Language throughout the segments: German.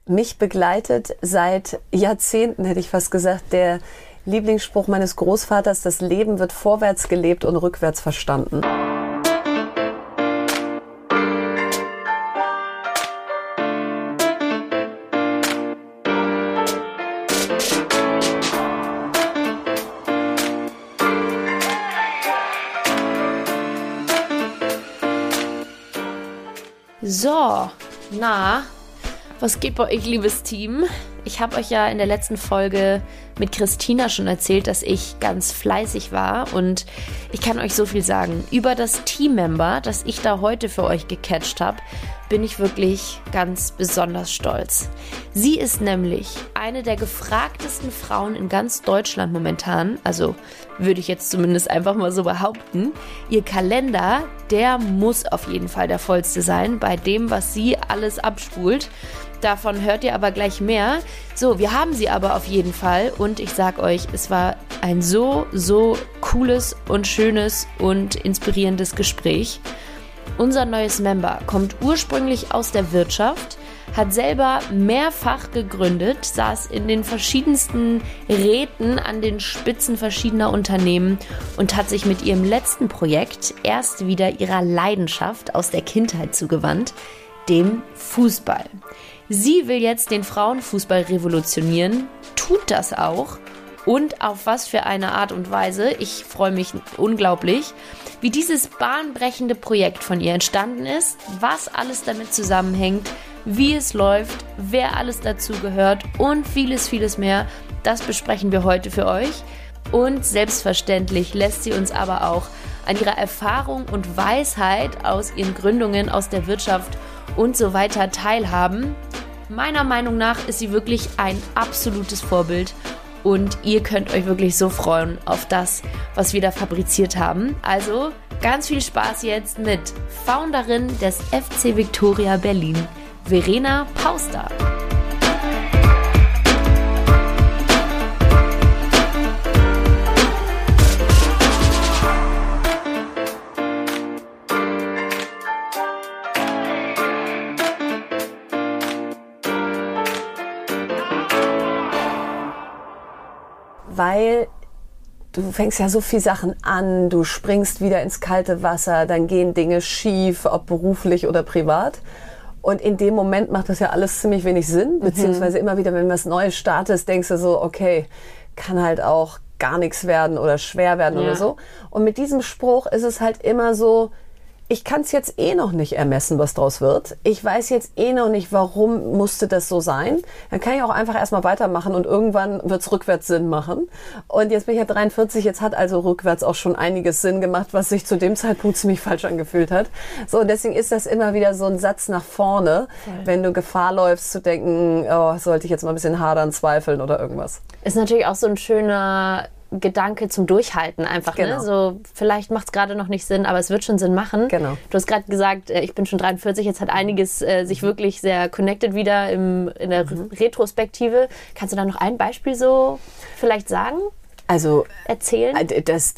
mich begleitet seit Jahrzehnten, hätte ich fast gesagt, der Lieblingsspruch meines Großvaters: Das Leben wird vorwärts gelebt und rückwärts verstanden. So, na, was geht bei euch, liebes Team? Ich habe euch ja in der letzten Folge mit Christina schon erzählt, dass ich ganz fleißig war, und ich kann euch so viel sagen. Über das Teammember, das ich da heute für euch gecatcht habe, bin ich wirklich ganz besonders stolz. Sie ist nämlich eine der gefragtesten Frauen in ganz Deutschland momentan, also würde ich jetzt zumindest einfach mal so behaupten. Ihr Kalender, der muss auf jeden Fall der vollste sein bei dem, was sie alles abspult. Davon hört ihr aber gleich mehr. So, wir haben sie aber auf jeden Fall, und ich sag euch, es war ein so cooles und schönes und inspirierendes Gespräch. Unser neues Member kommt ursprünglich aus der Wirtschaft, hat selber mehrfach gegründet, saß in den verschiedensten Räten an den Spitzen verschiedener Unternehmen und hat sich mit ihrem letzten Projekt erst wieder ihrer Leidenschaft aus der Kindheit zugewandt, dem Fußball. Sie will jetzt den Frauenfußball revolutionieren, tut das auch. Und auf was für eine Art und Weise. Ich freue mich unglaublich, wie dieses bahnbrechende Projekt von ihr entstanden ist, was alles damit zusammenhängt, wie es läuft, wer alles dazu gehört und vieles mehr. Das besprechen wir heute für euch. Und selbstverständlich lässt sie uns aber auch an ihrer Erfahrung und Weisheit aus ihren Gründungen aus der Wirtschaft und so weiter teilhaben. Meiner Meinung nach ist sie wirklich ein absolutes Vorbild. Und ihr könnt euch wirklich so freuen auf das, was wir da fabriziert haben. Also ganz viel Spaß jetzt mit Founderin des FC Viktoria Berlin, Verena Pauster. Weil du fängst ja so viele Sachen an, du springst wieder ins kalte Wasser, dann gehen Dinge schief, ob beruflich oder privat. Und in dem Moment macht das ja alles ziemlich wenig Sinn, beziehungsweise immer wieder, wenn du was Neues startest, denkst du so, okay, kann halt auch gar nichts werden oder schwer werden oder so. Und mit diesem Spruch ist es halt immer so: Ich kann es jetzt eh noch nicht ermessen, was draus wird. Ich weiß jetzt eh noch nicht, warum musste das so sein. Dann kann ich auch einfach erstmal weitermachen und irgendwann wird es rückwärts Sinn machen. Und jetzt bin ich ja 43, jetzt hat also rückwärts auch schon einiges Sinn gemacht, was sich zu dem Zeitpunkt ziemlich falsch angefühlt hat. So, und deswegen ist das immer wieder so ein Satz nach vorne, wenn du Gefahr läufst zu denken, oh, sollte ich jetzt mal ein bisschen hadern, zweifeln oder irgendwas. Ist natürlich auch so ein schöner Gedanke zum Durchhalten einfach, genau. Ne? So, vielleicht macht es gerade noch nicht Sinn, aber es wird schon Sinn machen. Genau. Du hast gerade gesagt, ich bin schon 43, jetzt hat einiges sich wirklich sehr connected wieder in der Retrospektive. Kannst du da noch ein Beispiel so vielleicht sagen? Also erzählen? Das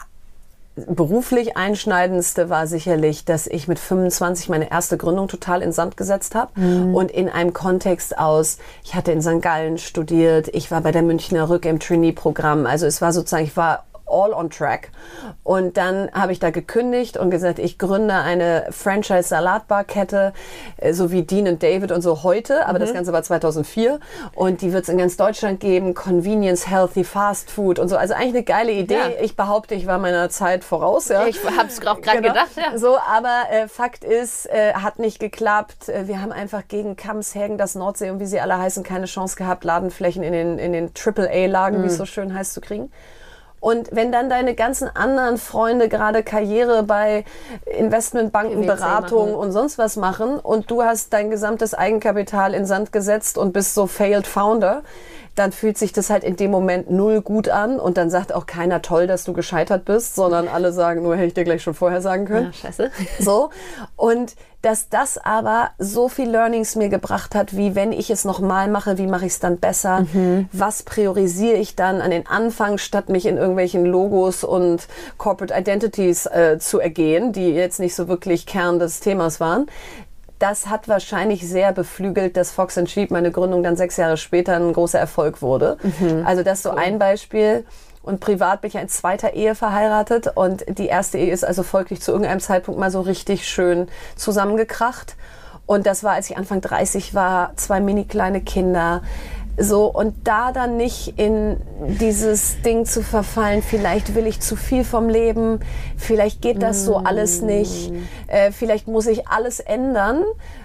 beruflich Einschneidendste war sicherlich, dass ich mit 25 meine erste Gründung total in Sand gesetzt habe. Und in einem Kontext aus, ich hatte in St. Gallen studiert, ich war bei der Münchner Rück im Trainee-Programm. Also es war sozusagen, ich war all on track. Und dann habe ich da gekündigt und gesagt, ich gründe eine Franchise-Salatbar-Kette, so wie Dean und David und so heute, aber das Ganze war 2004. Und die wird es in ganz Deutschland geben, Convenience, Healthy, Fast Food und so. Also eigentlich eine geile Idee. Ja. Ich behaupte, ich war meiner Zeit voraus. Ja. Ich habe es auch gerade gedacht. Ja. So, aber Fakt ist, hat nicht geklappt. Wir haben einfach gegen Kamshagen, das Nordsee und wie sie alle heißen, keine Chance gehabt, Ladenflächen in den AAA-Lagen, wie es so schön heißt, zu kriegen. Und wenn dann deine ganzen anderen Freunde gerade Karriere bei Investmentbanken, Beratung und sonst was machen und du hast dein gesamtes Eigenkapital in Sand gesetzt und bist so Failed Founder, dann fühlt sich das halt in dem Moment null gut an und dann sagt auch keiner toll, dass du gescheitert bist, sondern alle sagen nur, hätte ich dir gleich schon vorher sagen können. Ja, scheiße. So. Und dass das aber so viel Learnings mir gebracht hat, wie wenn ich es nochmal mache, wie mache ich es dann besser? Was priorisiere ich dann an den Anfang, statt mich in irgendwelchen Logos und Corporate Identities zu ergehen, die jetzt nicht so wirklich Kern des Themas waren. das hat wahrscheinlich sehr beflügelt, dass Fox & Sheep, meine Gründung, dann 6 Jahre später ein großer Erfolg wurde. Also das ist so ein Beispiel. Und privat bin ich in zweiter Ehe verheiratet und die erste Ehe ist also folglich zu irgendeinem Zeitpunkt mal so richtig schön zusammengekracht. Und das war, als ich Anfang 30 war, 2 mini kleine Kinder. So, und da dann nicht in dieses Ding zu verfallen, vielleicht will ich zu viel vom Leben, vielleicht geht das so alles nicht, vielleicht muss ich alles ändern.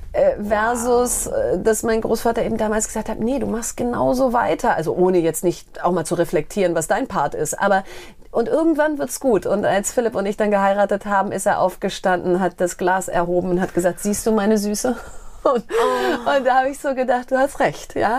Versus, dass mein Großvater eben damals gesagt hat, nee, du machst genauso weiter. Also ohne jetzt nicht auch mal zu reflektieren, was dein Part ist. Aber und irgendwann wird's gut. Und als Philipp und ich dann geheiratet haben, ist er aufgestanden, hat das Glas erhoben und hat gesagt, siehst du meine Süße? Und da habe ich so gedacht, du hast recht, ja.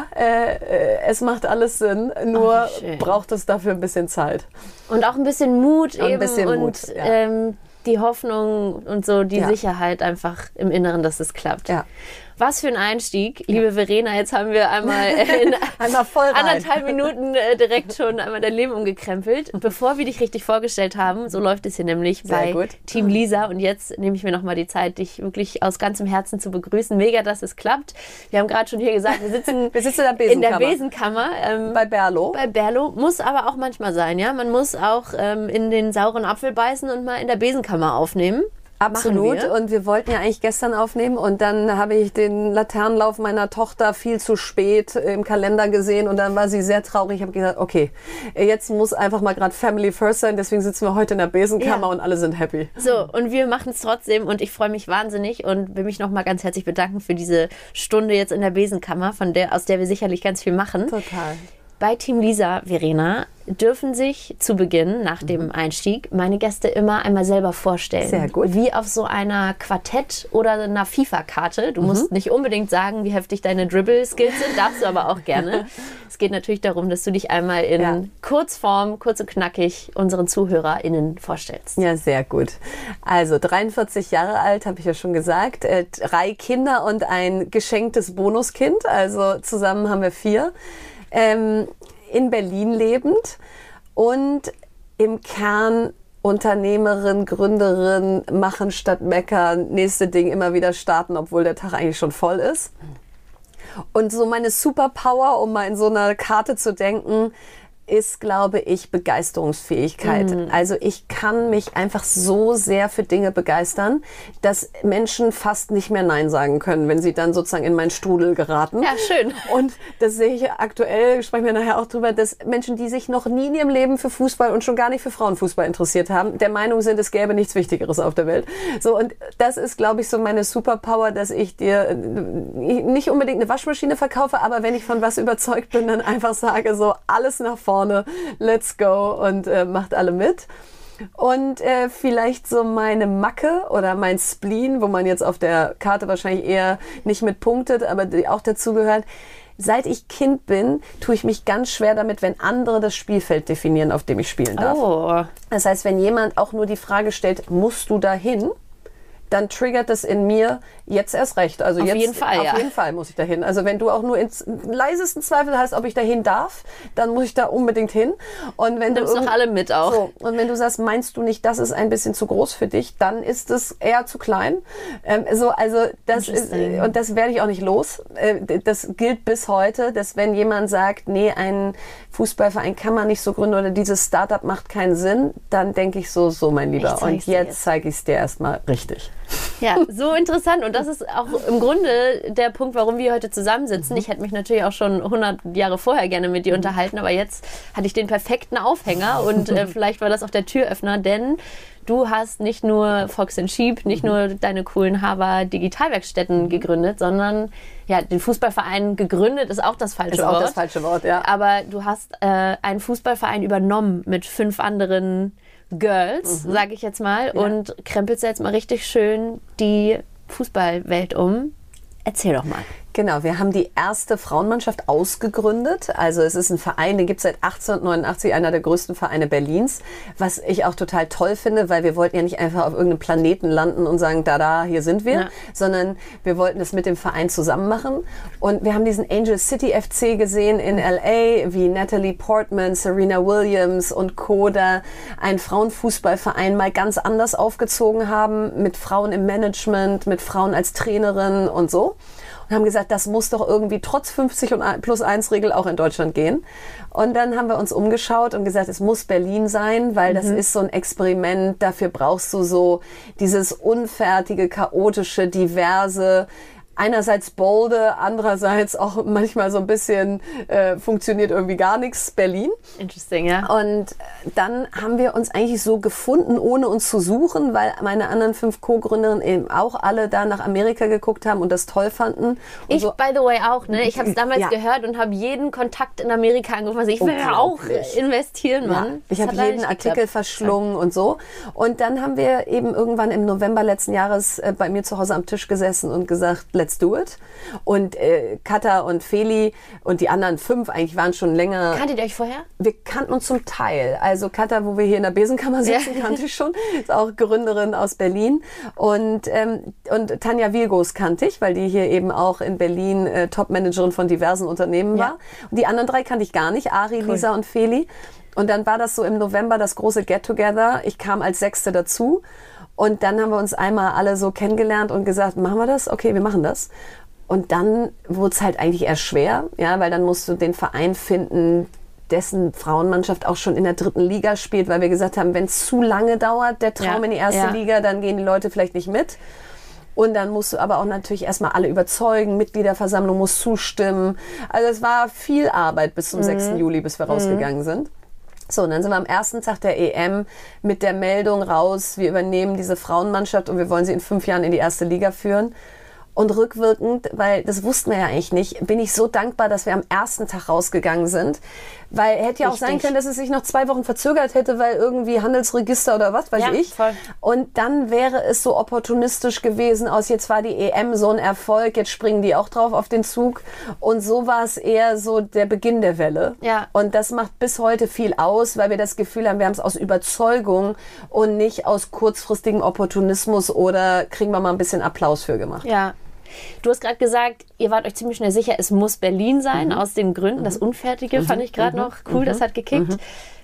Es macht alles Sinn, nur braucht es dafür ein bisschen Zeit. Und auch ein bisschen Mut und eben. Ein bisschen Mut, ja. Die Hoffnung und so die Sicherheit einfach im Inneren, dass es klappt. Ja. Was für ein Einstieg, liebe Verena. Jetzt haben wir einmal in voll rein. 1,5 Minuten direkt schon einmal dein Leben umgekrempelt. Bevor wir dich richtig vorgestellt haben, so läuft es hier nämlich bei Team Lisa. Und jetzt nehme ich mir nochmal die Zeit, dich wirklich aus ganzem Herzen zu begrüßen. Mega, dass es klappt. Wir haben gerade schon hier gesagt, wir sitzen in der Besenkammer. Bei Berlo. Bei Berlo. Muss aber auch manchmal sein, ja. Man muss auch in den sauren Apfel beißen und mal in der Besenkammer aufnehmen. Absolut. Und wir wollten ja eigentlich gestern aufnehmen und dann habe ich den Laternenlauf meiner Tochter viel zu spät im Kalender gesehen und dann war sie sehr traurig. Ich habe gesagt, okay, jetzt muss einfach mal gerade Family First sein, deswegen sitzen wir heute in der Besenkammer und alle sind happy. So, und wir machen es trotzdem und ich freue mich wahnsinnig und will mich nochmal ganz herzlich bedanken für diese Stunde jetzt in der Besenkammer, aus der wir sicherlich ganz viel machen. Total. Bei Team Lisa, Verena, dürfen sich zu Beginn, nach dem Einstieg, meine Gäste immer einmal selber vorstellen. Sehr gut. Wie auf so einer Quartett- oder einer FIFA-Karte. Du musst nicht unbedingt sagen, wie heftig deine Dribble-Skills sind, darfst du aber auch gerne. Es geht natürlich darum, dass du dich einmal in Kurzform, kurz und knackig, unseren ZuhörerInnen vorstellst. Ja, sehr gut. Also 43 Jahre alt, habe ich ja schon gesagt. 3 Kinder und ein geschenktes Bonuskind. Also zusammen haben wir 4. In Berlin lebend und im Kern Unternehmerin, Gründerin, machen statt meckern, nächste Ding immer wieder starten, obwohl der Tag eigentlich schon voll ist. Und so meine Superpower, um mal in so einer Karte zu denken, ist, glaube ich, Begeisterungsfähigkeit. Also ich kann mich einfach so sehr für Dinge begeistern, dass Menschen fast nicht mehr Nein sagen können, wenn sie dann sozusagen in meinen Strudel geraten. Ja, schön. Und das sehe ich aktuell, sprechen wir nachher auch drüber, dass Menschen, die sich noch nie in ihrem Leben für Fußball und schon gar nicht für Frauenfußball interessiert haben, der Meinung sind, es gäbe nichts Wichtigeres auf der Welt. So, und das ist, glaube ich, so meine Superpower, dass ich dir nicht unbedingt eine Waschmaschine verkaufe, aber wenn ich von was überzeugt bin, dann einfach sage, so alles nach vorne. Let's go und macht alle mit. Und vielleicht so meine Macke oder mein Spleen, wo man jetzt auf der Karte wahrscheinlich eher nicht mit punktet, aber die auch dazu gehört. Seit ich Kind bin, tue ich mich ganz schwer damit, wenn andere das Spielfeld definieren, auf dem ich spielen darf. Oh. Das heißt, wenn jemand auch nur die Frage stellt, musst du dahin? Dann triggert es in mir jetzt erst recht. Also auf jetzt, jeden Fall, auf jeden Fall muss ich dahin. Also wenn du auch nur ins leisesten Zweifel hast, ob ich dahin darf, dann muss ich da unbedingt hin. Und wenn nimmst doch alle mit auch. So, und wenn du sagst, meinst du nicht, das ist ein bisschen zu groß für dich, dann ist es eher zu klein. Also das ist, und das werde ich auch nicht los. Das gilt bis heute, dass wenn jemand sagt, nee, einen Fußballverein kann man nicht so gründen oder dieses Startup macht keinen Sinn, dann denke ich so, mein Lieber. Und jetzt zeige ich es dir erstmal richtig. Ja, so interessant. Und das ist auch im Grunde der Punkt, warum wir heute zusammensitzen. Ich hätte mich natürlich auch schon 100 Jahre vorher gerne mit dir unterhalten, aber jetzt hatte ich den perfekten Aufhänger und vielleicht war das auch der Türöffner, denn du hast nicht nur Fox & Sheep, nicht nur deine coolen Haber Digitalwerkstätten gegründet, sondern ja, den Fußballverein gegründet ist auch das falsche Wort. Ist auch das falsche Wort, ja. Aber du hast einen Fußballverein übernommen mit 5 anderen Girls, sage ich jetzt mal, und krempelst jetzt mal richtig schön die Fußballwelt um. Erzähl doch mal. Genau, wir haben die erste Frauenmannschaft ausgegründet. Also es ist ein Verein, den gibt es seit 1889, einer der größten Vereine Berlins. Was ich auch total toll finde, weil wir wollten ja nicht einfach auf irgendeinem Planeten landen und sagen, da, hier sind wir, sondern wir wollten es mit dem Verein zusammen machen. Und wir haben diesen Angel City FC gesehen in L.A., wie Natalie Portman, Serena Williams und Co. da einen Frauenfußballverein mal ganz anders aufgezogen haben, mit Frauen im Management, mit Frauen als Trainerin und so. Und haben gesagt, das muss doch irgendwie trotz 50 und plus 1 Regel auch in Deutschland gehen. Und dann haben wir uns umgeschaut und gesagt, es muss Berlin sein, weil das ist so ein Experiment. Dafür brauchst du so dieses unfertige, chaotische, diverse, einerseits bolde, andererseits auch manchmal so ein bisschen funktioniert irgendwie gar nichts, Berlin. Interesting, ja. Und dann haben wir uns eigentlich so gefunden, ohne uns zu suchen, weil meine anderen 5 Co-Gründerinnen eben auch alle da nach Amerika geguckt haben und das toll fanden. Und ich, so, by the way, auch. Ne? Ich habe es damals gehört und habe jeden Kontakt in Amerika angerufen. Also ich will auch investieren, Mann. Ja, ich habe jeden Artikel verschlungen und so. Und dann haben wir eben irgendwann im November letzten Jahres bei mir zu Hause am Tisch gesessen und gesagt, let's do it. Und Katha und Feli und die anderen 5 eigentlich waren schon länger. Kanntet ihr euch vorher? Wir kannten uns zum Teil. Also Katha, wo wir hier in der Besenkammer sitzen, kannte ich schon. Ist auch Gründerin aus Berlin. Und Tanja Wilgos kannte ich, weil die hier eben auch in Berlin Top-Managerin von diversen Unternehmen war. Und die anderen 3 kannte ich gar nicht. Ari, Lisa und Feli. Und dann war das so im November das große Get-Together. Ich kam als 6. dazu. Und dann haben wir uns einmal alle so kennengelernt und gesagt, machen wir das? Okay, wir machen das. Und dann wurde es halt eigentlich eher schwer, ja, weil dann musst du den Verein finden, dessen Frauenmannschaft auch schon in der 3. Liga spielt, weil wir gesagt haben, wenn es zu lange dauert, der Traum in die 1. Liga, dann gehen die Leute vielleicht nicht mit. Und dann musst du aber auch natürlich erstmal alle überzeugen, Mitgliederversammlung muss zustimmen. Also es war viel Arbeit bis zum 6. Juli, bis wir rausgegangen sind. So, und dann sind wir am ersten Tag der EM mit der Meldung raus, wir übernehmen diese Frauenmannschaft und wir wollen sie in 5 Jahren in die 1. Liga führen. Und rückwirkend, weil das wussten wir ja eigentlich nicht, bin ich so dankbar, dass wir am ersten Tag rausgegangen sind. Weil hätte ja auch sein können, dass es sich noch 2 Wochen verzögert hätte, weil irgendwie Handelsregister oder was weiß ich. Voll. Und dann wäre es so opportunistisch gewesen, aus jetzt war die EM so ein Erfolg, jetzt springen die auch drauf auf den Zug. Und so war es eher so der Beginn der Welle. Ja. Und das macht bis heute viel aus, weil wir das Gefühl haben, wir haben es aus Überzeugung und nicht aus kurzfristigem Opportunismus oder kriegen wir mal ein bisschen Applaus für gemacht. Ja. Du hast gerade gesagt, ihr wart euch ziemlich schnell sicher, es muss Berlin sein, aus den Gründen. Das Unfertige fand ich gerade noch cool, das hat gekickt.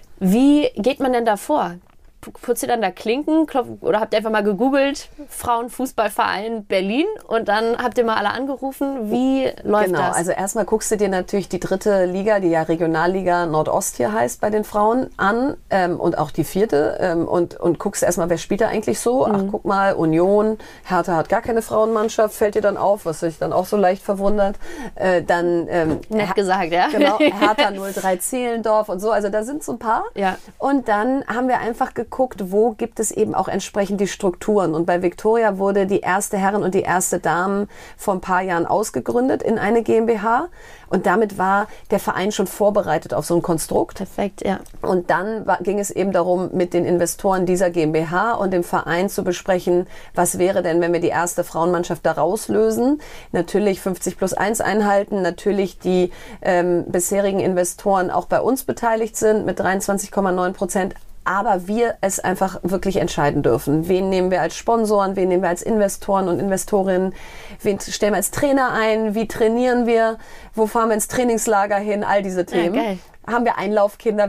Wie geht man denn da vor? Putzt ihr dann da Klinken oder habt ihr einfach mal gegoogelt, Frauenfußballverein Berlin und dann habt ihr mal alle angerufen? Wie läuft das? Also erstmal guckst du dir natürlich die 3. Liga, die ja Regionalliga Nordost hier heißt bei den Frauen an und auch die 4. Und guckst erstmal, wer spielt da eigentlich so? Ach, guck mal, Union, Hertha hat gar keine Frauenmannschaft, fällt dir dann auf, was sich dann auch so leicht verwundert. Dann nett gesagt, ja. Genau, Hertha 03 Zehlendorf und so, also da sind so ein paar. Ja. Und dann haben wir einfach geguckt, wo gibt es eben auch entsprechend die Strukturen. Und bei Victoria wurde die 1. Herren und die 1. Damen vor ein paar Jahren ausgegründet in eine GmbH. Und damit war der Verein schon vorbereitet auf so ein Konstrukt. Perfekt, ja. Und dann ging es eben darum, mit den Investoren dieser GmbH und dem Verein zu besprechen, was wäre denn, wenn wir die erste Frauenmannschaft da rauslösen. Natürlich 50+1 einhalten, natürlich die bisherigen Investoren auch bei uns beteiligt sind mit 23,9%. Aber wir es einfach wirklich entscheiden dürfen. Wen nehmen wir als Sponsoren, wen nehmen wir als Investoren und Investorinnen, wen stellen wir als Trainer ein, wie trainieren wir, wo fahren wir ins Trainingslager hin, all diese Themen. Ja, geil. Haben wir Einlaufkinder,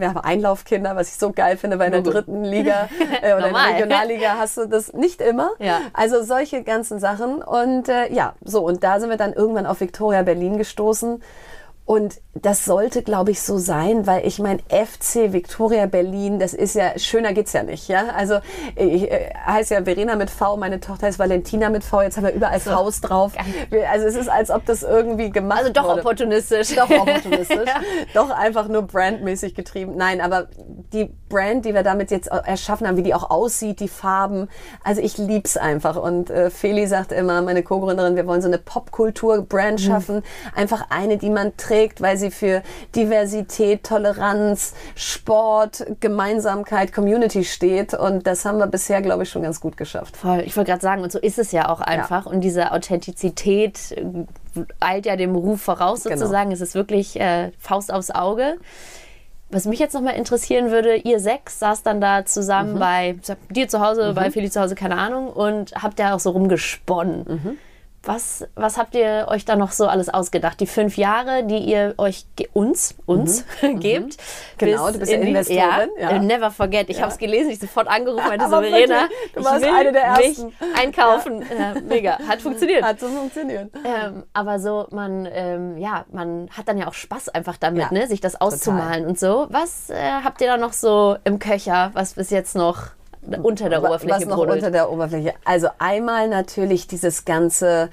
was ich so geil finde, weil in der 3. Liga oder in der Regionalliga hast du das nicht immer. Ja. Also solche ganzen Sachen. Und und da sind wir dann irgendwann auf Victoria Berlin gestoßen. Und das sollte, glaube ich, so sein, weil ich mein FC Victoria Berlin, das ist ja, schöner geht's ja nicht, ja. Also ich heiße ja Verena mit V, meine Tochter heißt Valentina mit V, jetzt haben wir überall Vs drauf. Also es ist, als ob das irgendwie gemacht wurde. Also doch opportunistisch. Doch opportunistisch. Doch einfach nur brandmäßig getrieben. Nein, aber die Brand, die wir damit jetzt erschaffen haben, wie die auch aussieht, die Farben, also ich lieb's einfach. Und Feli sagt immer, meine Co-Gründerin, wir wollen so eine Popkultur-Brand schaffen, einfach eine, die man trägt, geprägt, weil sie für Diversität, Toleranz, Sport, Gemeinsamkeit, Community steht. Und das haben wir bisher, glaube ich, schon ganz gut geschafft. Voll, ich wollte gerade sagen, und so ist es ja auch einfach. Ja. Und diese Authentizität eilt ja dem Ruf voraus sozusagen. Genau. Es ist wirklich Faust aufs Auge. Was mich jetzt nochmal interessieren würde, ihr 6 saßt dann da zusammen bei dir zu Hause, bei Feli zu Hause, keine Ahnung, und habt ja auch so rumgesponnen. Was habt ihr euch da noch so alles ausgedacht? Die 5 Jahre, die ihr euch uns gebt. Genau, du bist ja Investorin. Ja. Never forget. Ich habe es gelesen, ich sofort angerufen, meinte so, Verena, du warst eine der Ersten. Mich einkaufen. Ja. Mega, hat funktioniert. Hat so funktioniert. Aber so, man hat dann ja auch Spaß einfach damit, ne? Sich das auszumalen und so. Was habt ihr da noch so im Köcher, was bis jetzt noch unter der Oberfläche brodelt? Was noch unter der Oberfläche? Also einmal natürlich dieses ganze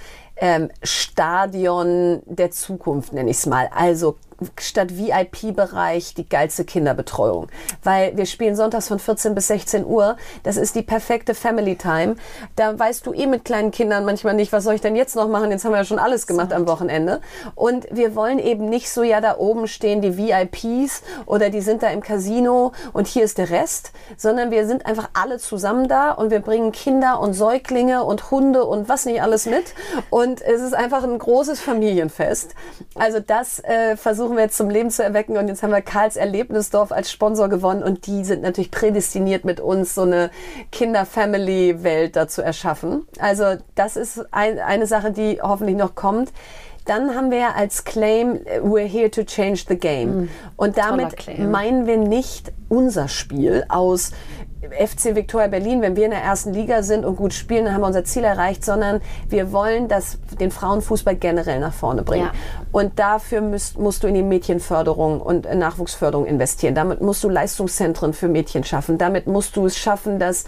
Stadion der Zukunft, nenne ich es mal. Also statt VIP-Bereich die geilste Kinderbetreuung. Weil wir spielen sonntags von 14 bis 16 Uhr. Das ist die perfekte Family Time. Da weißt du mit kleinen Kindern manchmal nicht, was soll ich denn jetzt noch machen? Jetzt haben wir ja schon alles gemacht am Wochenende. Und wir wollen eben nicht so, ja, da oben stehen die VIPs oder die sind da im Casino und hier ist der Rest, sondern wir sind einfach alle zusammen da und wir bringen Kinder und Säuglinge und Hunde und was nicht alles mit. Und es ist einfach ein großes Familienfest. Also das versuchen wir jetzt zum Leben zu erwecken, und jetzt haben wir Karls Erlebnisdorf als Sponsor gewonnen und die sind natürlich prädestiniert, mit uns so eine Kinder-Family-Welt da zu erschaffen. Also das ist eine Sache, die hoffentlich noch kommt. Dann haben wir ja als Claim, we're here to change the game. Und damit meinen wir nicht unser Spiel aus FC Viktoria Berlin, wenn wir in der ersten Liga sind und gut spielen, dann haben wir unser Ziel erreicht, sondern wir wollen den Frauenfußball generell nach vorne bringen. Ja. Und dafür musst du in die Mädchenförderung und Nachwuchsförderung investieren. Damit musst du Leistungszentren für Mädchen schaffen. Damit musst du es schaffen, dass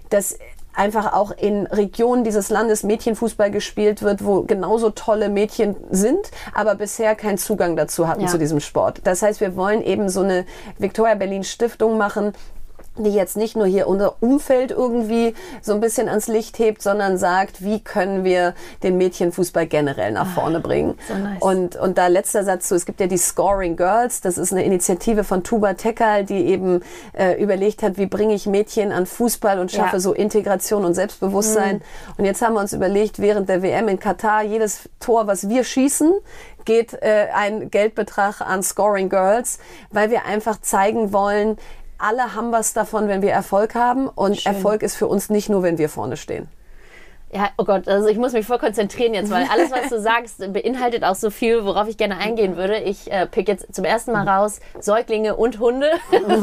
einfach auch in Regionen dieses Landes Mädchenfußball gespielt wird, wo genauso tolle Mädchen sind, aber bisher keinen Zugang dazu hatten zu diesem Sport. Das heißt, wir wollen eben so eine Viktoria Berlin Stiftung machen, die jetzt nicht nur hier unser Umfeld irgendwie so ein bisschen ans Licht hebt, sondern sagt, wie können wir den Mädchenfußball generell nach vorne bringen. So nice. Und da letzter Satz zu, es gibt ja die Scoring Girls, das ist eine Initiative von Tuba Tekal, die eben überlegt hat, wie bringe ich Mädchen an Fußball und schaffe so Integration und Selbstbewusstsein. Und jetzt haben wir uns überlegt, während der WM in Katar, jedes Tor, was wir schießen, geht ein Geldbetrag an Scoring Girls, weil wir einfach zeigen wollen, alle haben was davon, wenn wir Erfolg haben. Und schön. Erfolg ist für uns nicht nur, wenn wir vorne stehen. Ja, oh Gott, also ich muss mich voll konzentrieren jetzt, weil alles, was du sagst, beinhaltet auch so viel, worauf ich gerne eingehen würde. Ich pick jetzt zum ersten Mal raus Säuglinge und Hunde.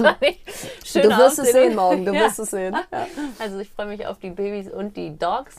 Schön. Du wirst es sehen morgen, du wirst es sehen. Ja. Also ich freue mich auf die Babys und die Dogs.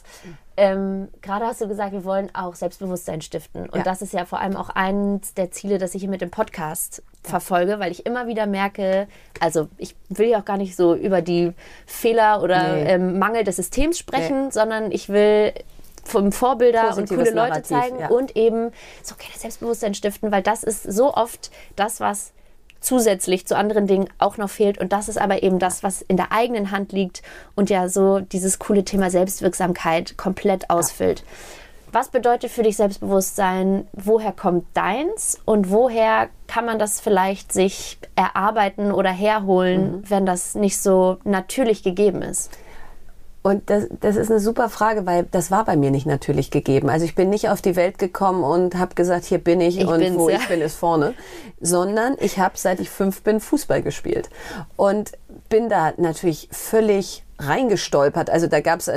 Gerade hast du gesagt, wir wollen auch Selbstbewusstsein stiften. Und das ist ja vor allem auch eines der Ziele, das ich hier mit dem Podcast verfolge, weil ich immer wieder merke, also ich will ja auch gar nicht so über die Fehler oder Mangel des Systems sprechen, sondern ich will Vorbilder positives und coole Leute zeigen und eben so Selbstbewusstsein stiften, weil das ist so oft das, was zusätzlich zu anderen Dingen auch noch fehlt. Und das ist aber eben das, was in der eigenen Hand liegt und ja so dieses coole Thema Selbstwirksamkeit komplett ausfüllt. Was bedeutet für dich Selbstbewusstsein? Woher kommt deins? Und woher kann man das vielleicht sich erarbeiten oder herholen, wenn das nicht so natürlich gegeben ist? Und das ist eine super Frage, weil das war bei mir nicht natürlich gegeben. Also ich bin nicht auf die Welt gekommen und habe gesagt, hier bin ich und wo ich bin ist vorne. Sondern ich habe, seit ich 5 bin, Fußball gespielt. Und bin da natürlich völlig reingestolpert. Also da gab es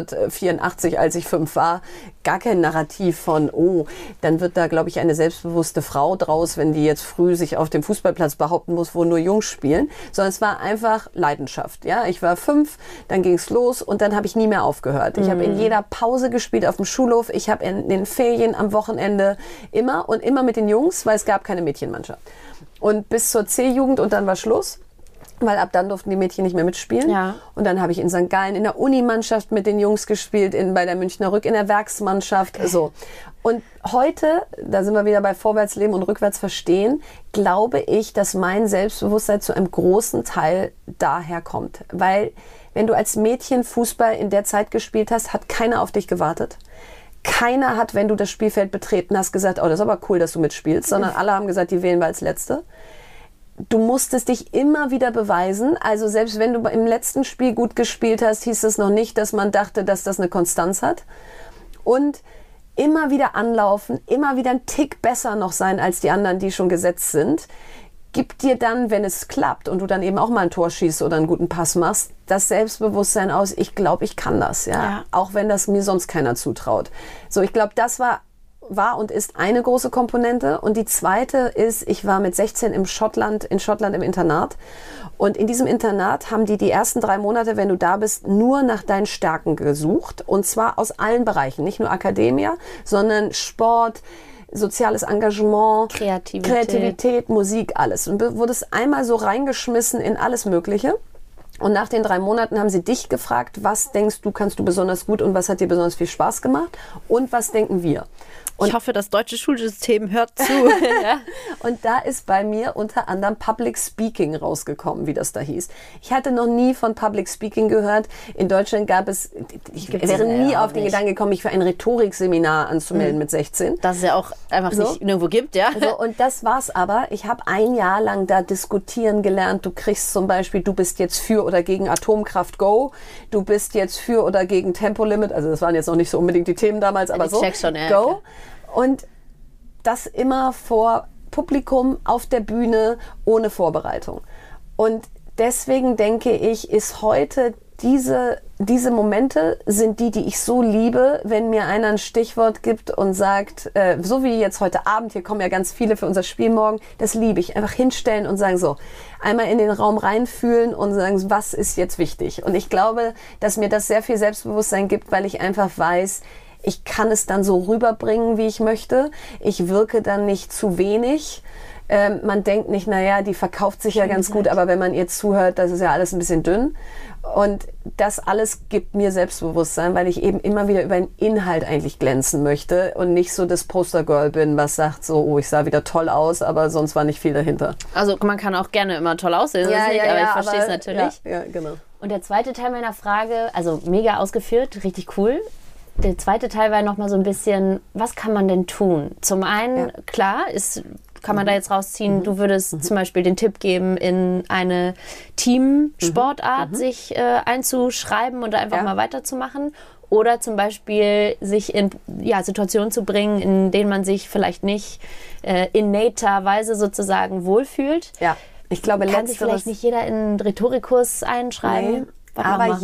1984, als ich 5 war, gar kein Narrativ von, dann wird da, glaube ich, eine selbstbewusste Frau draus, wenn die jetzt früh sich auf dem Fußballplatz behaupten muss, wo nur Jungs spielen. Sondern es war einfach Leidenschaft. Ja, ich war 5, dann ging es los und dann habe ich nie mehr aufgehört. Ich habe in jeder Pause gespielt auf dem Schulhof. Ich habe in den Ferien am Wochenende immer mit den Jungs, weil es gab keine Mädchenmannschaft. Und bis zur C-Jugend und dann war Schluss. Weil ab dann durften die Mädchen nicht mehr mitspielen. Ja. Und dann habe ich in St. Gallen in der Unimannschaft mit den Jungs gespielt, bei der Münchner Rück in der Werksmannschaft. Okay. So. Und heute, da sind wir wieder bei Vorwärtsleben und Rückwärtsverstehen, glaube ich, dass mein Selbstbewusstsein zu einem großen Teil daher kommt. Weil wenn du als Mädchen Fußball in der Zeit gespielt hast, hat keiner auf dich gewartet. Keiner hat, wenn du das Spielfeld betreten hast, gesagt, oh, das ist aber cool, dass du mitspielst, sondern alle haben gesagt, die wählen wir als Letzte. Du musstest dich immer wieder beweisen. Also selbst wenn du im letzten Spiel gut gespielt hast, hieß es noch nicht, dass man dachte, dass das eine Konstanz hat. Und immer wieder anlaufen, immer wieder einen Tick besser noch sein als die anderen, die schon gesetzt sind, gibt dir dann, wenn es klappt und du dann eben auch mal ein Tor schießt oder einen guten Pass machst, das Selbstbewusstsein aus, ich glaube, ich kann das, ja. Auch wenn das mir sonst keiner zutraut. So, ich glaube, das war und ist eine große Komponente. Und die zweite ist, ich war mit 16 in Schottland im Internat. Und in diesem Internat haben die ersten 3 Monate, wenn du da bist, nur nach deinen Stärken gesucht. Und zwar aus allen Bereichen. Nicht nur Akademia, sondern Sport, soziales Engagement, Kreativität, Musik, alles. Und du wurdest einmal so reingeschmissen in alles Mögliche. Und nach den 3 Monaten haben sie dich gefragt, was denkst du, kannst du besonders gut und was hat dir besonders viel Spaß gemacht und was denken wir? Und ich hoffe, das deutsche Schulsystem hört zu. Ja. Und da ist bei mir unter anderem Public Speaking rausgekommen, wie das da hieß. Ich hatte noch nie von Public Speaking gehört. In Deutschland gab es, ich wäre nie auf den Gedanken gekommen, mich für ein Rhetorikseminar anzumelden mit 16. Das es ja auch einfach nicht nirgendwo gibt, ja. So, und das war's aber. Ich habe 1 Jahr lang da diskutieren gelernt. Du kriegst zum Beispiel, du bist jetzt für oder gegen Atomkraft, go. Du bist jetzt für oder gegen Tempolimit. Also das waren jetzt noch nicht so unbedingt die Themen damals, aber so, schon, ja, go. Okay. Und das immer vor Publikum, auf der Bühne, ohne Vorbereitung. Und deswegen denke ich, ist heute diese Momente sind die ich so liebe, wenn mir einer ein Stichwort gibt und sagt, so wie jetzt heute Abend, hier kommen ja ganz viele für unser Spiel morgen, das liebe ich. Einfach hinstellen und sagen so, einmal in den Raum reinfühlen und sagen, was ist jetzt wichtig? Und ich glaube, dass mir das sehr viel Selbstbewusstsein gibt, weil ich einfach weiß, ich kann es dann so rüberbringen, wie ich möchte. Ich wirke dann nicht zu wenig. Man denkt nicht, naja, die verkauft sich ja ganz gut, aber wenn man ihr zuhört, das ist ja alles ein bisschen dünn. Und das alles gibt mir Selbstbewusstsein, weil ich eben immer wieder über den Inhalt eigentlich glänzen möchte und nicht so das Postergirl bin, was sagt so, oh, ich sah wieder toll aus, aber sonst war nicht viel dahinter. Also man kann auch gerne immer toll aussehen, aber ich verstehe es natürlich. Ja, genau. Und der zweite Teil meiner Frage, also mega ausgeführt, richtig cool. Der zweite Teil war nochmal so ein bisschen, was kann man denn tun? Zum einen, klar, kann man da jetzt rausziehen, du würdest zum Beispiel den Tipp geben, in eine Teamsportart sich einzuschreiben und da einfach mal weiterzumachen. Oder zum Beispiel sich in Situationen zu bringen, in denen man sich vielleicht nicht innaterweise sozusagen wohlfühlt. Ja, ich glaube, kann sich vielleicht nicht jeder in einen Rhetorikkurs einschreiben. Nee, aber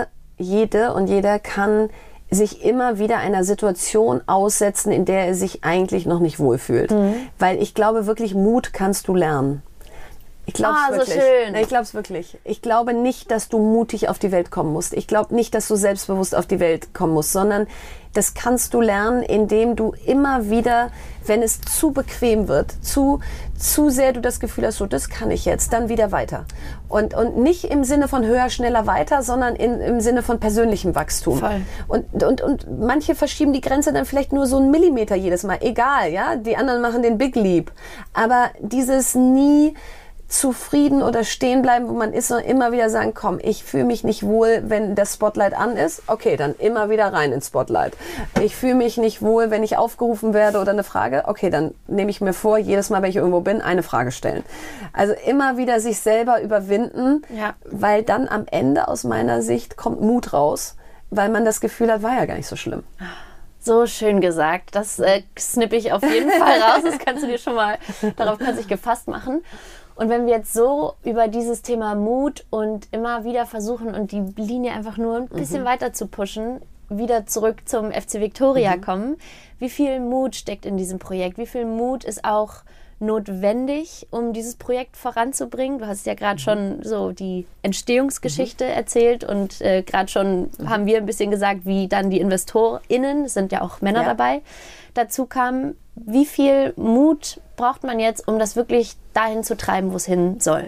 jede und jeder kann sich immer wieder einer Situation aussetzen, in der er sich eigentlich noch nicht wohlfühlt. Weil ich glaube wirklich, Mut kannst du lernen. Ich glaube es wirklich. So schön. Ich glaube es wirklich. Ich glaube nicht, dass du mutig auf die Welt kommen musst. Ich glaube nicht, dass du selbstbewusst auf die Welt kommen musst, sondern das kannst du lernen, indem du immer wieder, wenn es zu bequem wird, zu sehr du das Gefühl hast, so, das kann ich jetzt, dann wieder weiter. Und nicht im Sinne von höher, schneller, weiter, sondern im Sinne von persönlichem Wachstum. Voll. Und manche verschieben die Grenze dann vielleicht nur so 1 Millimeter jedes Mal. Egal, ja. Die anderen machen den Big Leap. Aber dieses nie zufrieden oder stehen bleiben, wo man ist und immer wieder sagen, komm, ich fühle mich nicht wohl, wenn das Spotlight an ist, okay, dann immer wieder rein ins Spotlight. Ich fühle mich nicht wohl, wenn ich aufgerufen werde oder eine Frage, okay, dann nehme ich mir vor, jedes Mal, wenn ich irgendwo bin, eine Frage stellen. Also immer wieder sich selber überwinden, weil dann am Ende aus meiner Sicht kommt Mut raus, weil man das Gefühl hat, war ja gar nicht so schlimm. So schön gesagt. Das snippe ich auf jeden Fall raus. Das kannst du dir schon mal, darauf kannst du dich gefasst machen. Und wenn wir jetzt so über dieses Thema Mut und immer wieder versuchen und die Linie einfach nur ein bisschen weiter zu pushen, wieder zurück zum FC Viktoria kommen, wie viel Mut steckt in diesem Projekt? Wie viel Mut ist auch notwendig, um dieses Projekt voranzubringen? Du hast ja gerade schon so die Entstehungsgeschichte erzählt und gerade schon haben wir ein bisschen gesagt, wie dann die InvestorInnen, es sind ja auch Männer dabei, dazu kamen. Wie viel Mut braucht man jetzt, um das wirklich dahin zu treiben, wo es hin soll?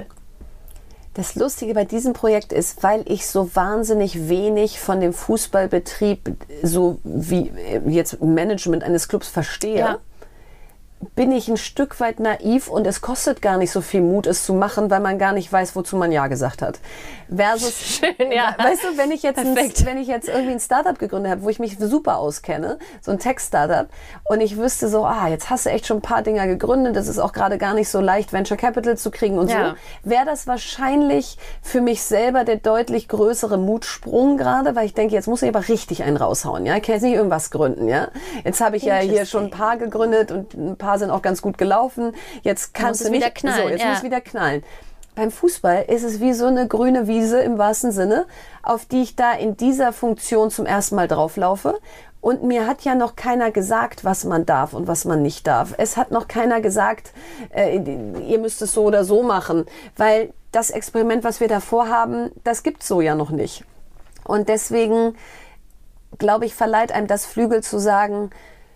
Das Lustige bei diesem Projekt ist, weil ich so wahnsinnig wenig von dem Fußballbetrieb, so wie jetzt Management eines Clubs verstehe, bin ich ein Stück weit naiv und es kostet gar nicht so viel Mut, es zu machen, weil man gar nicht weiß, wozu man Ja gesagt hat. Versus, schön, ja. Weißt du, wenn ich jetzt irgendwie ein Startup gegründet habe, wo ich mich super auskenne, so ein Tech-Startup, und ich wüsste so, jetzt hast du echt schon ein paar Dinger gegründet, das ist auch gerade gar nicht so leicht, Venture Capital zu kriegen und so, wäre das wahrscheinlich für mich selber der deutlich größere Mutsprung gerade, weil ich denke, jetzt muss ich aber richtig einen raushauen, ja, ich kann jetzt nicht irgendwas gründen, ja. Jetzt habe ich ja hier schon ein paar gegründet und ein paar sind auch ganz gut gelaufen, jetzt kannst du wieder knallen. So, jetzt muss wieder knallen. Beim Fußball ist es wie so eine grüne Wiese im wahrsten Sinne, auf die ich da in dieser Funktion zum ersten Mal drauflaufe. Und mir hat ja noch keiner gesagt, was man darf und was man nicht darf. Es hat noch keiner gesagt, ihr müsst es so oder so machen, weil das Experiment, was wir da vorhaben, das gibt's so ja noch nicht. Und deswegen, glaube ich, verleiht einem das Flügel zu sagen,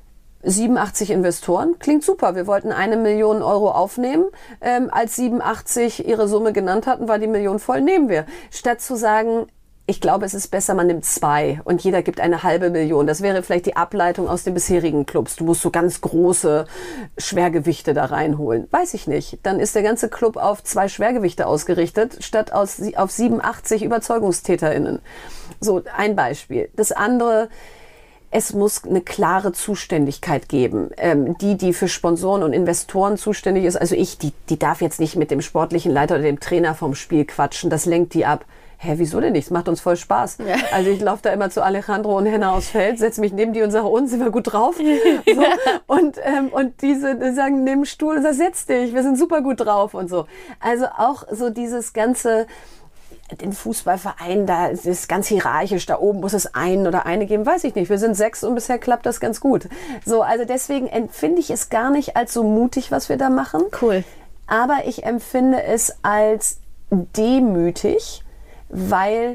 87 Investoren, klingt super. Wir wollten 1 Million Euro aufnehmen. Als 87 ihre Summe genannt hatten, war die Million voll, nehmen wir. Statt zu sagen, ich glaube, es ist besser, man nimmt 2 und jeder gibt 1/2 Million. Das wäre vielleicht die Ableitung aus den bisherigen Clubs. Du musst so ganz große Schwergewichte da reinholen. Weiß ich nicht. Dann ist der ganze Club auf 2 Schwergewichte ausgerichtet, statt auf 87 UberzeugungstäterInnen. So, ein Beispiel. Das andere: Es muss eine klare Zuständigkeit geben. Die für Sponsoren und Investoren zuständig ist, also die darf jetzt nicht mit dem sportlichen Leiter oder dem Trainer vom Spiel quatschen. Das lenkt die ab. Hä, wieso denn nicht? Es macht uns voll Spaß. Ja. Also ich laufe da immer zu Alejandro und Henna aufs Feld, setze mich neben die und sage, sind wir gut drauf? So. Und diese sagen, nimm Stuhl und sag, setz dich, wir sind super gut drauf und so. Also auch so dieses ganze, den Fußballverein, da ist es ganz hierarchisch, da oben muss es einen oder eine geben, weiß ich nicht. Wir sind 6 und bisher klappt das ganz gut. So, also deswegen empfinde ich es gar nicht als so mutig, was wir da machen. Cool. Aber ich empfinde es als demütig, weil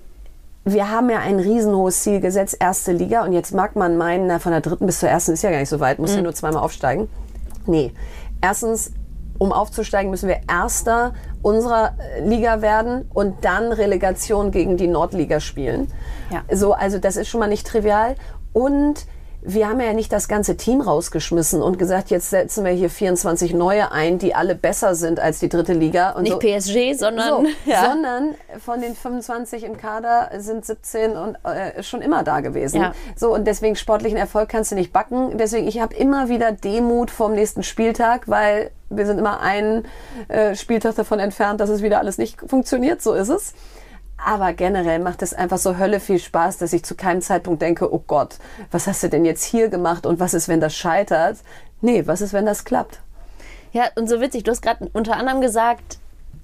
wir haben ja ein riesenhohes Ziel gesetzt, 1. Liga, und jetzt mag man meinen, von der 3. bis zur 1. ist ja gar nicht so weit, muss ja nur 2-mal aufsteigen. Nee, erstens, um aufzusteigen, müssen wir Erster unserer Liga werden und dann Relegation gegen die Nordliga spielen. Ja. So, also das ist schon mal nicht trivial. Und wir haben ja nicht das ganze Team rausgeschmissen und gesagt, jetzt setzen wir hier 24 neue ein, die alle besser sind als die 3. Liga. Und nicht so. PSG, sondern... Sondern von den 25 im Kader sind 17 und schon immer da gewesen. Ja. So, und deswegen sportlichen Erfolg kannst du nicht backen. Deswegen, ich habe immer wieder Demut vom nächsten Spieltag, weil wir sind immer einen Spieltag davon entfernt, dass es wieder alles nicht funktioniert. So ist es. Aber generell macht es einfach so Hölle viel Spaß, dass ich zu keinem Zeitpunkt denke, oh Gott, was hast du denn jetzt hier gemacht und was ist, wenn das scheitert? Nee, was ist, wenn das klappt? Ja, und so witzig, du hast gerade unter anderem gesagt,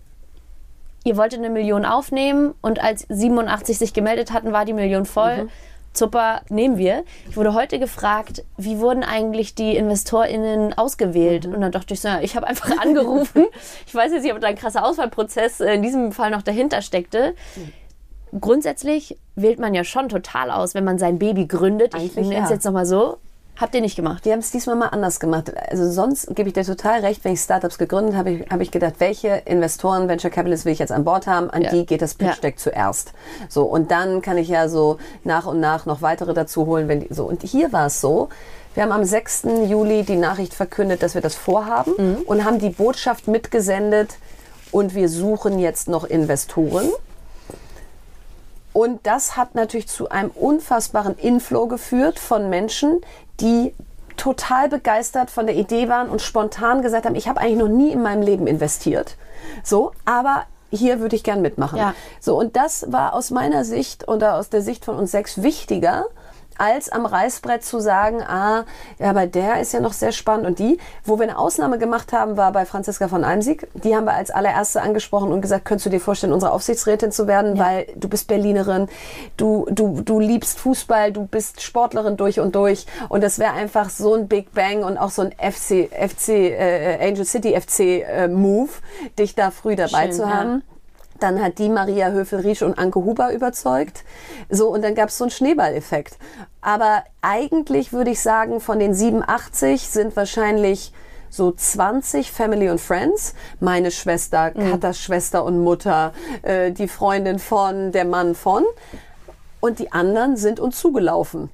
ihr wolltet 1 Million aufnehmen und als 87 sich gemeldet hatten, war die Million voll. Super, nehmen wir. Ich wurde heute gefragt, wie wurden eigentlich die InvestorInnen ausgewählt? Und dann dachte ich so, ich habe einfach angerufen. Ich weiß jetzt nicht, ob da ein krasser Auswahlprozess in diesem Fall noch dahinter steckte. Grundsätzlich wählt man ja schon total aus, wenn man sein Baby gründet. Ich nenne es jetzt nochmal so. Habt ihr nicht gemacht? Wir haben es diesmal mal anders gemacht. Also sonst gebe ich dir total recht, wenn ich Startups gegründet habe, habe ich gedacht, welche Investoren, Venture Capitalists will ich jetzt an Bord haben, an die geht das Pitch Deck zuerst. So, und dann kann ich ja so nach und nach noch weitere dazu holen. So. Und hier war es so, wir haben am 6. Juli die Nachricht verkündet, dass wir das vorhaben und haben die Botschaft mitgesendet und wir suchen jetzt noch Investoren. Und das hat natürlich zu einem unfassbaren Inflow geführt von Menschen, die total begeistert von der Idee waren und spontan gesagt haben, ich habe eigentlich noch nie in meinem Leben investiert. So, aber hier würde ich gern mitmachen. Ja. So, und das war aus meiner Sicht oder aus der Sicht von uns 6 wichtiger, als am Reißbrett zu sagen, ja, aber der ist ja noch sehr spannend. Und die, wo wir eine Ausnahme gemacht haben, war bei Franziska von Almsieg. Die haben wir als allererste angesprochen und gesagt, könntest du dir vorstellen, unsere Aufsichtsrätin zu werden, weil du bist Berlinerin, du liebst Fußball, du bist Sportlerin durch und durch. Und das wäre einfach so ein Big Bang und auch so ein Angel City FC Move, dich da früh dabei zu haben. Ja. Dann hat die Maria Höfel-Riesch und Anke Huber überzeugt. So, und dann gab es so einen Schneeballeffekt. Aber eigentlich würde ich sagen, von den 87 sind wahrscheinlich so 20 Family und Friends. Meine Schwester, Katas Schwester und Mutter, die Freundin von, der Mann von. Und die anderen sind uns zugelaufen.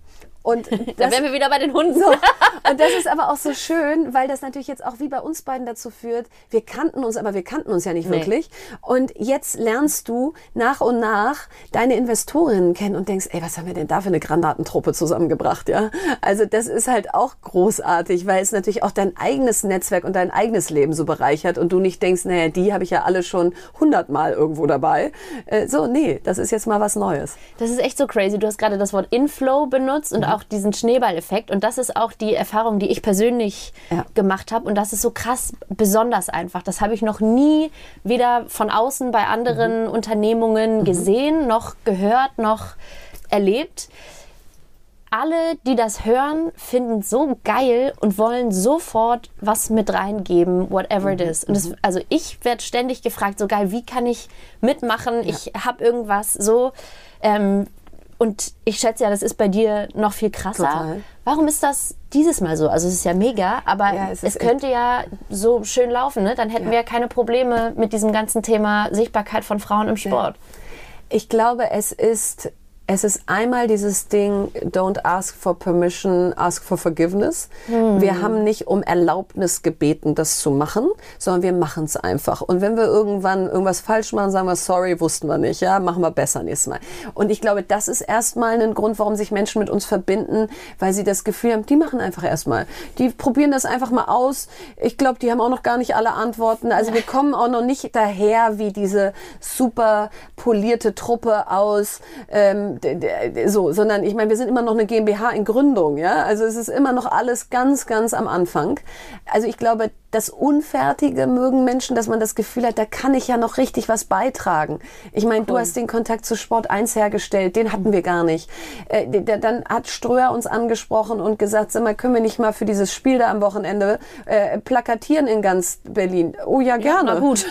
Und da wären wir wieder bei den Hunden. So. Und das ist aber auch so schön, weil das natürlich jetzt auch wie bei uns beiden dazu führt, wir kannten uns ja nicht wirklich. Und jetzt lernst du nach und nach deine Investorinnen kennen und denkst, ey, was haben wir denn da für eine Granatentruppe zusammengebracht, ja? Also das ist halt auch großartig, weil es natürlich auch dein eigenes Netzwerk und dein eigenes Leben so bereichert und du nicht denkst, naja, die habe ich ja alle schon 100-mal irgendwo dabei. Nee, das ist jetzt mal was Neues. Das ist echt so crazy. Du hast gerade das Wort Inflow benutzt und auch diesen Schneeballeffekt. Und das ist auch die Erfahrung, die ich persönlich gemacht habe. Und das ist so krass besonders einfach. Das habe ich noch nie weder von außen bei anderen Unternehmungen gesehen, noch gehört, noch erlebt. Alle, die das hören, finden es so geil und wollen sofort was mit reingeben, whatever it is. Und also ich werde ständig gefragt, so geil, wie kann ich mitmachen? Ja. Ich habe irgendwas so. Und ich schätze ja, das ist bei dir noch viel krasser. Total. Warum ist das dieses Mal so? Also es ist ja mega, aber es könnte ja so schön laufen. Ne? Dann hätten wir keine Probleme mit diesem ganzen Thema Sichtbarkeit von Frauen im Sport. Ich glaube, es ist einmal dieses Ding, don't ask for permission, ask for forgiveness. Wir haben nicht um Erlaubnis gebeten, das zu machen, sondern wir machen es einfach. Und wenn wir irgendwann irgendwas falsch machen, sagen wir, sorry, wussten wir nicht, ja, machen wir besser nächstes Mal. Und ich glaube, das ist erstmal ein Grund, warum sich Menschen mit uns verbinden, weil sie das Gefühl haben, die machen einfach erstmal. Die probieren das einfach mal aus. Ich glaube, die haben auch noch gar nicht alle Antworten. Also wir kommen auch noch nicht daher wie diese super polierte Truppe aus, sondern ich meine, wir sind immer noch eine GmbH in Gründung, ja, also es ist immer noch alles ganz, ganz am Anfang. Also ich glaube, das Unfertige mögen Menschen, dass man das Gefühl hat, da kann ich ja noch richtig was beitragen. Ich meine, du hast den Kontakt zu Sport 1 hergestellt, den hatten wir gar nicht. Dann hat Ströer uns angesprochen und gesagt, sag mal, können wir nicht mal für dieses Spiel da am Wochenende plakatieren in ganz Berlin? Oh ja, gerne. Ja, na gut.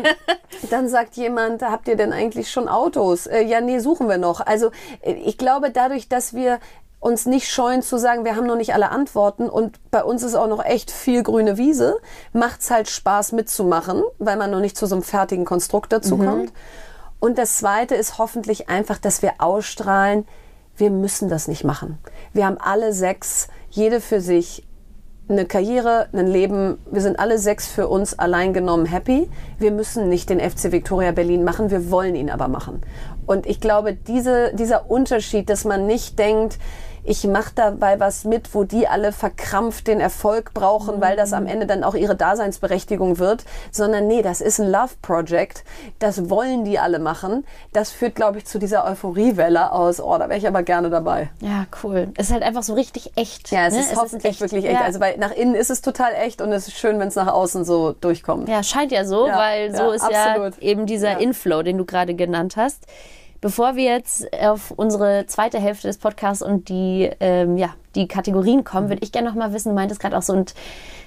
Dann sagt jemand, habt ihr denn eigentlich schon Autos? Ja, nee, suchen wir noch. Also ich glaube, dadurch, dass wir uns nicht scheuen zu sagen, wir haben noch nicht alle Antworten und bei uns ist auch noch echt viel grüne Wiese, macht's halt Spaß mitzumachen, weil man noch nicht zu so einem fertigen Konstrukt dazu kommt. Und das Zweite ist hoffentlich einfach, dass wir ausstrahlen, wir müssen das nicht machen. Wir haben alle 6, jede für sich, eine Karriere, ein Leben. Wir sind alle 6 für uns allein genommen happy. Wir müssen nicht den FC Viktoria Berlin machen, wir wollen ihn aber machen. Und ich glaube, dieser Unterschied, dass man nicht denkt, ich mache dabei was mit, wo die alle verkrampft den Erfolg brauchen, weil das am Ende dann auch ihre Daseinsberechtigung wird, sondern nee, das ist ein Love Project, das wollen die alle machen. Das führt, glaube ich, zu dieser Euphoriewelle aus, da wäre ich aber gerne dabei. Ja, cool. Es ist halt einfach so richtig echt. Ja, es ist hoffentlich wirklich echt. Ja. Also weil nach innen ist es total echt und es ist schön, wenn es nach außen so durchkommt. Ja, scheint ja so, weil so ist absolut. Ja eben dieser Inflow, den du gerade genannt hast. Bevor wir jetzt auf unsere zweite Hälfte des Podcasts und die Kategorien kommen, würde ich gerne noch mal wissen, du meintest gerade auch so, und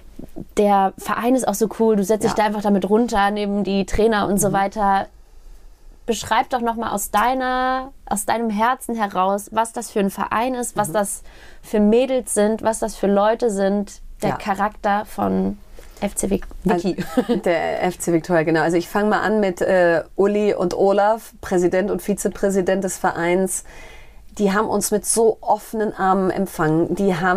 der Verein ist auch so cool, du setzt dich da einfach damit runter, neben die Trainer und so weiter. Beschreib doch noch mal aus deinem Herzen heraus, was das für ein Verein ist, was das für Mädels sind, was das für Leute sind, der Charakter von FC Vicky. Also, der FC Viktoria, genau. Also ich fange mal an mit Uli und Olaf, Präsident und Vizepräsident des Vereins. Die haben uns mit so offenen Armen empfangen.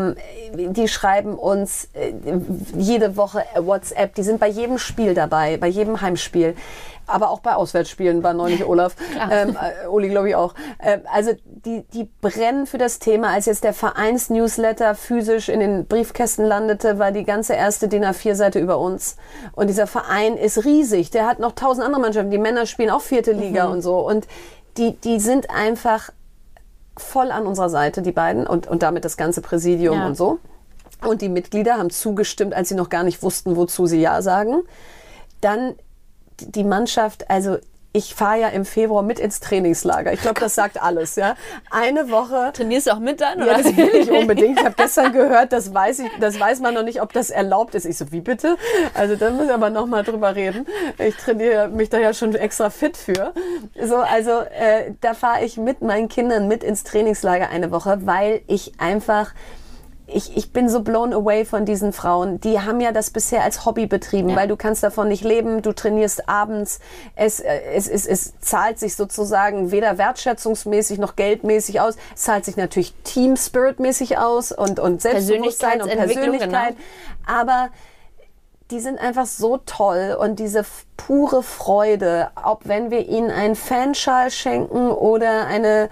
Die schreiben uns jede Woche WhatsApp. Die sind bei jedem Spiel dabei, bei jedem Heimspiel. Aber auch bei Auswärtsspielen war neulich Olaf. Uli, glaube ich, auch. Also die brennen für das Thema. Als jetzt der Vereins-Newsletter physisch in den Briefkästen landete, war die ganze erste DIN A4-Seite über uns. Und dieser Verein ist riesig. Der hat noch 1000 andere Mannschaften. Die Männer spielen auch 4. Liga und so. Und die sind einfach voll an unserer Seite, die beiden. Und damit das ganze Präsidium und so. Und die Mitglieder haben zugestimmt, als sie noch gar nicht wussten, wozu sie Ja sagen. Dann die Mannschaft, also ich fahre ja im Februar mit ins Trainingslager. Ich glaube, das sagt alles, ja. Eine Woche. Trainierst du auch mit dann, oder? Ja, das will ich unbedingt. Ich habe gestern gehört, das weiß man noch nicht, ob das erlaubt ist. Ich so, wie bitte? Also da müssen wir aber noch mal drüber reden. Ich trainiere mich da ja schon extra fit für. So, also da fahre ich mit meinen Kindern mit ins Trainingslager eine Woche, weil ich einfach ich bin so blown away von diesen Frauen. Die haben ja das bisher als Hobby betrieben, weil du kannst davon nicht leben, du trainierst abends. Es zahlt sich sozusagen weder wertschätzungsmäßig noch geldmäßig aus. Es zahlt sich natürlich Team-Spirit-mäßig aus und Selbstbewusstsein und Persönlichkeit. Genau. Aber die sind einfach so toll und diese pure Freude, ob wenn wir ihnen einen Fanschal schenken oder eine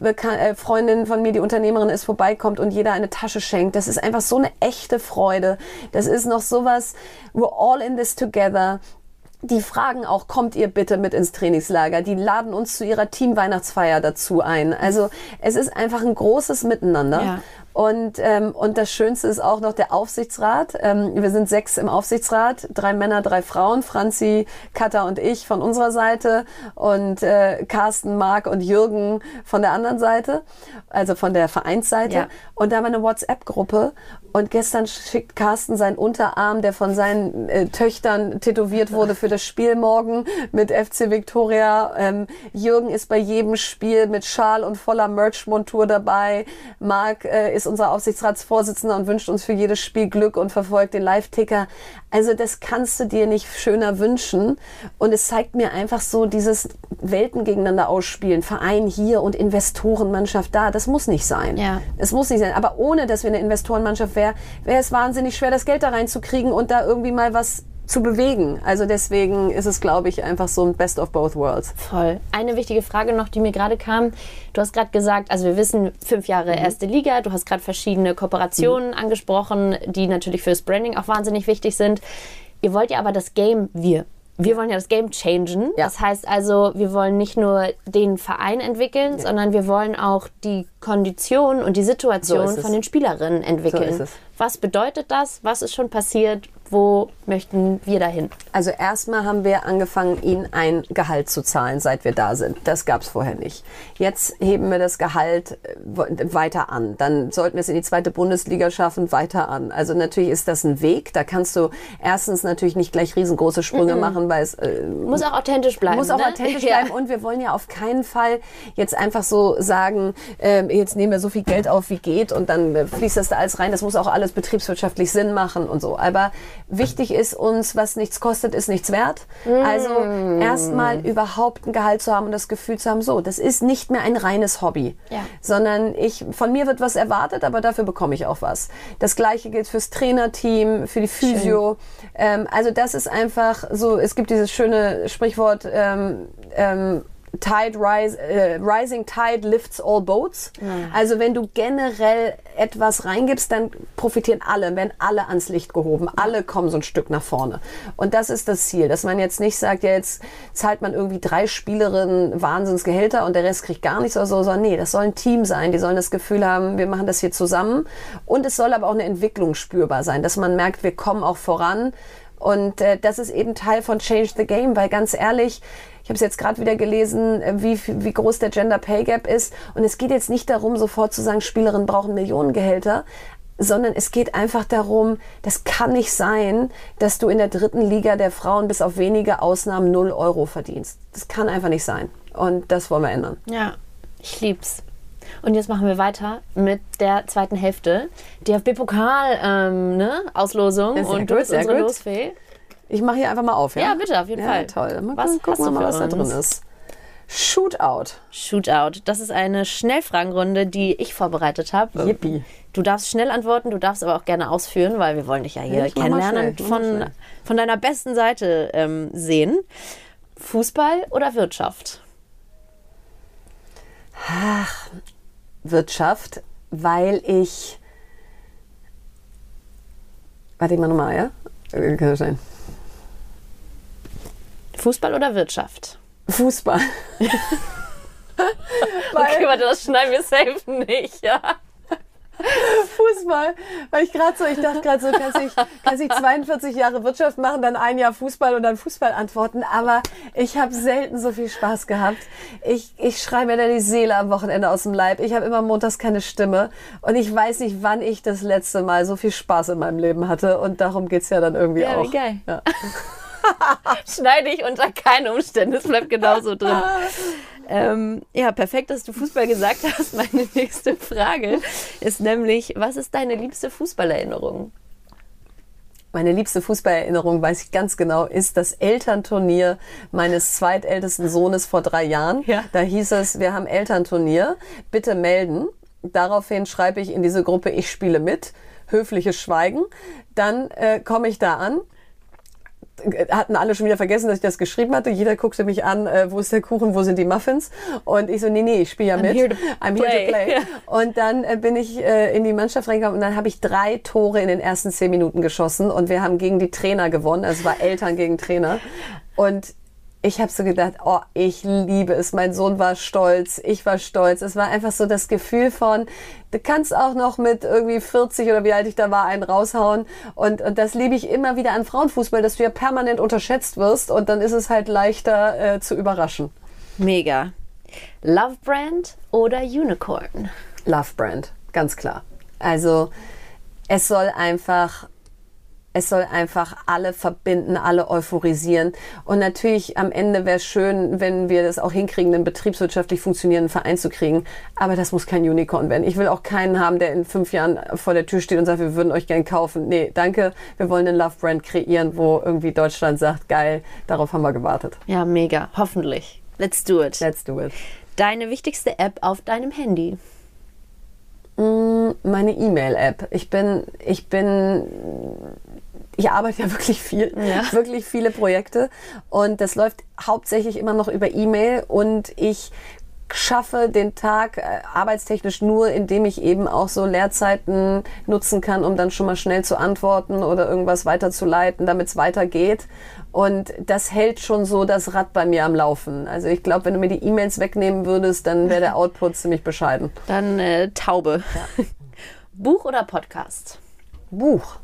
Freundin von mir, die Unternehmerin ist, vorbeikommt und jeder eine Tasche schenkt. Das ist einfach so eine echte Freude. Das ist noch sowas, we're all in this together. Die fragen auch, kommt ihr bitte mit ins Trainingslager? Die laden uns zu ihrer Team-Weihnachtsfeier dazu ein. Also es ist einfach ein großes Miteinander. Ja. Und das Schönste ist auch noch der Aufsichtsrat. Wir sind 6 im Aufsichtsrat, 3 Männer, 3 Frauen, Franzi, Katha und ich von unserer Seite und Carsten, Marc und Jürgen von der anderen Seite, also von der Vereinsseite. Ja. Und da haben wir eine WhatsApp-Gruppe und gestern schickt Carsten seinen Unterarm, der von seinen Töchtern tätowiert wurde für das Spiel morgen mit FC Viktoria. Jürgen ist bei jedem Spiel mit Schal und voller Merch-Montur dabei. Marc ist unser Aufsichtsratsvorsitzender und wünscht uns für jedes Spiel Glück und verfolgt den Live-Ticker. Also das kannst du dir nicht schöner wünschen. Und es zeigt mir einfach so dieses Welten gegeneinander ausspielen. Verein hier und Investorenmannschaft da. Das muss nicht sein. Ja. Es muss nicht sein. Aber ohne, dass wir eine Investorenmannschaft wäre es wahnsinnig schwer, das Geld da reinzukriegen und da irgendwie mal was zu bewegen. Also deswegen ist es, glaube ich, einfach so ein Best of both worlds. Voll. Eine wichtige Frage noch, die mir gerade kam. Du hast gerade gesagt, also wir wissen, 5 Jahre erste Liga. Du hast gerade verschiedene Kooperationen angesprochen, die natürlich fürs Branding auch wahnsinnig wichtig sind. Ihr wollt ja aber das Game, wir wollen ja das Game changen. Ja. Das heißt also, wir wollen nicht nur den Verein entwickeln, sondern wir wollen auch die Kondition und die Situation von den Spielerinnen entwickeln. So ist es. Was bedeutet das? Was ist schon passiert? Wo möchten wir dahin? Also erstmal haben wir angefangen, ihnen ein Gehalt zu zahlen, seit wir da sind. Das gab es vorher nicht. Jetzt heben wir das Gehalt weiter an. Dann sollten wir es in die 2. Bundesliga schaffen, weiter an. Also natürlich ist das ein Weg. Da kannst du erstens natürlich nicht gleich riesengroße Sprünge machen, weil es muss auch authentisch bleiben. Muss auch authentisch bleiben. Und wir wollen ja auf keinen Fall jetzt einfach so sagen, jetzt nehmen wir so viel Geld auf, wie geht und dann fließt das da alles rein. Das muss auch alles betriebswirtschaftlich Sinn machen und so. Aber wichtig ist uns, was nichts kostet, ist nichts wert. Also erstmal überhaupt ein Gehalt zu haben und das Gefühl zu haben, so, das ist nicht mehr ein reines Hobby, sondern von mir wird was erwartet, aber dafür bekomme ich auch was. Das Gleiche gilt fürs Trainerteam, für die Physio. Also das ist einfach so, es gibt dieses schöne Sprichwort, rising tide lifts all boats. Ja. Also wenn du generell etwas reingibst, dann profitieren alle, werden alle ans Licht gehoben. Alle kommen so ein Stück nach vorne. Und das ist das Ziel, dass man jetzt nicht sagt, ja, jetzt zahlt man irgendwie 3 Spielerinnen Wahnsinnsgehälter und der Rest kriegt gar nichts oder so, sondern nee, das soll ein Team sein. Die sollen das Gefühl haben, wir machen das hier zusammen. Und es soll aber auch eine Entwicklung spürbar sein, dass man merkt, wir kommen auch voran. Und das ist eben Teil von Change the Game, weil ganz ehrlich, ich habe es jetzt gerade wieder gelesen, wie groß der Gender Pay Gap ist. Und es geht jetzt nicht darum, sofort zu sagen, Spielerinnen brauchen Millionengehälter, sondern es geht einfach darum, das kann nicht sein, dass du in der 3. Liga der Frauen bis auf wenige Ausnahmen 0 € verdienst. Das kann einfach nicht sein. Und das wollen wir ändern. Ja, ich lieb's. Und jetzt machen wir weiter mit der 2. Hälfte. DFB-Pokal, und du bist unsere Losfee. Ich mache hier einfach mal auf, ja? Ja, bitte, auf jeden Fall. Toll. Gucken wir mal, was da drin ist. Shootout. Das ist eine Schnellfragenrunde, die ich vorbereitet habe. Yippie. Du darfst schnell antworten, du darfst aber auch gerne ausführen, weil wir wollen dich ja hier kennenlernen und von deiner besten Seite sehen. Fußball oder Wirtschaft? Ach, Wirtschaft, weil ich... Warte ich mal nochmal, ja? Kann das sein? Fußball oder Wirtschaft? Fußball. Okay, warte, das schneiden wir safe nicht, ja. Fußball, weil ich dachte gerade so, kannst nicht 42 Jahre Wirtschaft machen, dann ein Jahr Fußball und dann Fußball antworten, aber ich habe selten so viel Spaß gehabt. Ich schreie mir da die Seele am Wochenende aus dem Leib. Ich habe immer montags keine Stimme und ich weiß nicht, wann ich das letzte Mal so viel Spaß in meinem Leben hatte und darum geht's ja dann irgendwie auch. Ja, wie geil. Ja. Schneide ich unter keinen Umständen, es bleibt genauso drin. Ja, perfekt, dass du Fußball gesagt hast. Meine nächste Frage ist nämlich, was ist deine liebste Fußballerinnerung? Meine liebste Fußballerinnerung, weiß ich ganz genau, ist das Elternturnier meines zweitältesten Sohnes vor 3 Jahren. Ja. Da hieß es, wir haben Elternturnier, bitte melden. Daraufhin schreibe ich in diese Gruppe, ich spiele mit, höfliches Schweigen. Dann komme ich da an. Hatten alle schon wieder vergessen, dass ich das geschrieben hatte. Jeder guckte mich an, wo ist der Kuchen, wo sind die Muffins? Und ich so, nee, ich spiele ja mit. I'm here to play. Ja. Und dann bin ich in die Mannschaft reingekommen und dann habe ich 3 Tore in den ersten 10 Minuten geschossen und wir haben gegen die Trainer gewonnen. Also es war Eltern gegen Trainer. Und ich habe so gedacht, oh, ich liebe es. Mein Sohn war stolz, ich war stolz. Es war einfach so das Gefühl von, du kannst auch noch mit irgendwie 40 oder wie alt ich da war, einen raushauen. Und das liebe ich immer wieder an Frauenfußball, dass du ja permanent unterschätzt wirst und dann ist es halt leichter zu überraschen. Mega. Love Brand oder Unicorn? Love Brand, ganz klar. Also es soll einfach alle verbinden, alle euphorisieren. Und natürlich am Ende wäre es schön, wenn wir das auch hinkriegen, einen betriebswirtschaftlich funktionierenden Verein zu kriegen. Aber das muss kein Unicorn werden. Ich will auch keinen haben, der in 5 Jahren vor der Tür steht und sagt, wir würden euch gern kaufen. Nee, danke. Wir wollen einen Love Brand kreieren, wo irgendwie Deutschland sagt, geil, darauf haben wir gewartet. Ja, mega. Hoffentlich. Let's do it. Let's do it. Deine wichtigste App auf deinem Handy? Meine E-Mail-App. Ich arbeite ja wirklich viel, wirklich viele Projekte und das läuft hauptsächlich immer noch über E-Mail und ich schaffe den Tag arbeitstechnisch nur, indem ich eben auch so Leerzeiten nutzen kann, um dann schon mal schnell zu antworten oder irgendwas weiterzuleiten, damit es weitergeht. Und das hält schon so das Rad bei mir am Laufen. Also ich glaube, wenn du mir die E-Mails wegnehmen würdest, dann wäre der Output ziemlich bescheiden. Dann Taube. Ja. Buch oder Podcast? Buch.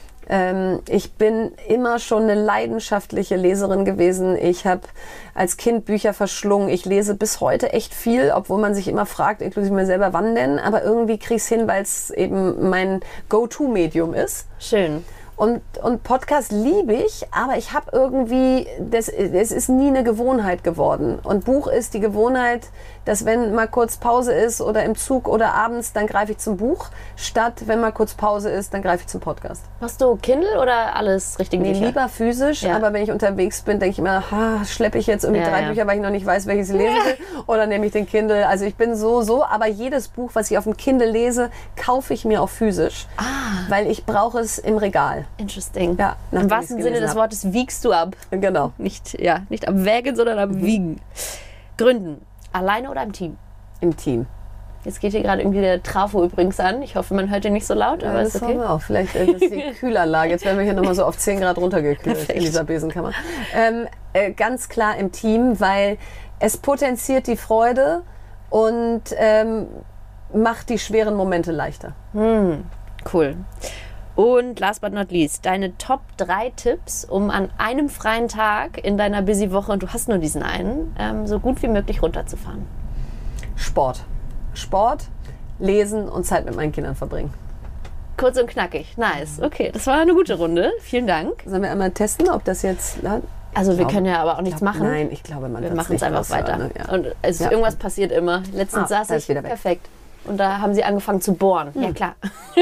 Ich bin immer schon eine leidenschaftliche Leserin gewesen. Ich habe als Kind Bücher verschlungen. Ich lese bis heute echt viel, obwohl man sich immer fragt, inklusive mir selber, wann denn. Aber irgendwie kriege ich es hin, weil es eben mein Go-To-Medium ist. Schön. Und Podcast liebe ich, aber ich habe irgendwie, es ist nie eine Gewohnheit geworden. Und Buch ist die Gewohnheit, dass wenn mal kurz Pause ist oder im Zug oder abends, dann greife ich zum Buch, statt wenn mal kurz Pause ist, dann greife ich zum Podcast. Machst du Kindle oder alles richtig Nee, Bücher? Lieber physisch, aber wenn ich unterwegs bin, denke ich immer, schleppe ich jetzt irgendwie 3 Bücher, weil ich noch nicht weiß, welches ich lesen will, oder nehme ich den Kindle. Also ich bin so, aber jedes Buch, was ich auf dem Kindle lese, kaufe ich mir auch physisch, weil ich brauche es im Regal. Interesting. Ja, im wahrsten Sinne des Wortes wiegst du ab. Genau. Nicht am Wägen, sondern am Wiegen. Gründen. Alleine oder im Team? Im Team. Jetzt geht hier gerade irgendwie der Trafo übrigens an. Ich hoffe, man hört den nicht so laut, aber das ist okay. Haben wir auch. Vielleicht ist die Kühlanlage. Jetzt werden wir hier nochmal so auf 10 Grad runtergekühlt Perfekt. In dieser Besenkammer. Ganz klar im Team, weil es potenziert die Freude und macht die schweren Momente leichter. Cool. Und last but not least, deine Top 3 Tipps, um an einem freien Tag in deiner busy Woche, und du hast nur diesen einen, so gut wie möglich runterzufahren. Sport, Lesen und Zeit mit meinen Kindern verbringen. Kurz und knackig. Nice. Okay, das war eine gute Runde. Vielen Dank. Sollen wir einmal testen, ob das jetzt... Also wir können ja aber auch nichts machen. Nein, ich glaube, wir machen es einfach weiter. Ne? Ja. Und irgendwas passiert immer. Letztens saß ich wieder weg. Perfekt. Und da haben sie angefangen zu bohren. Ja, klar.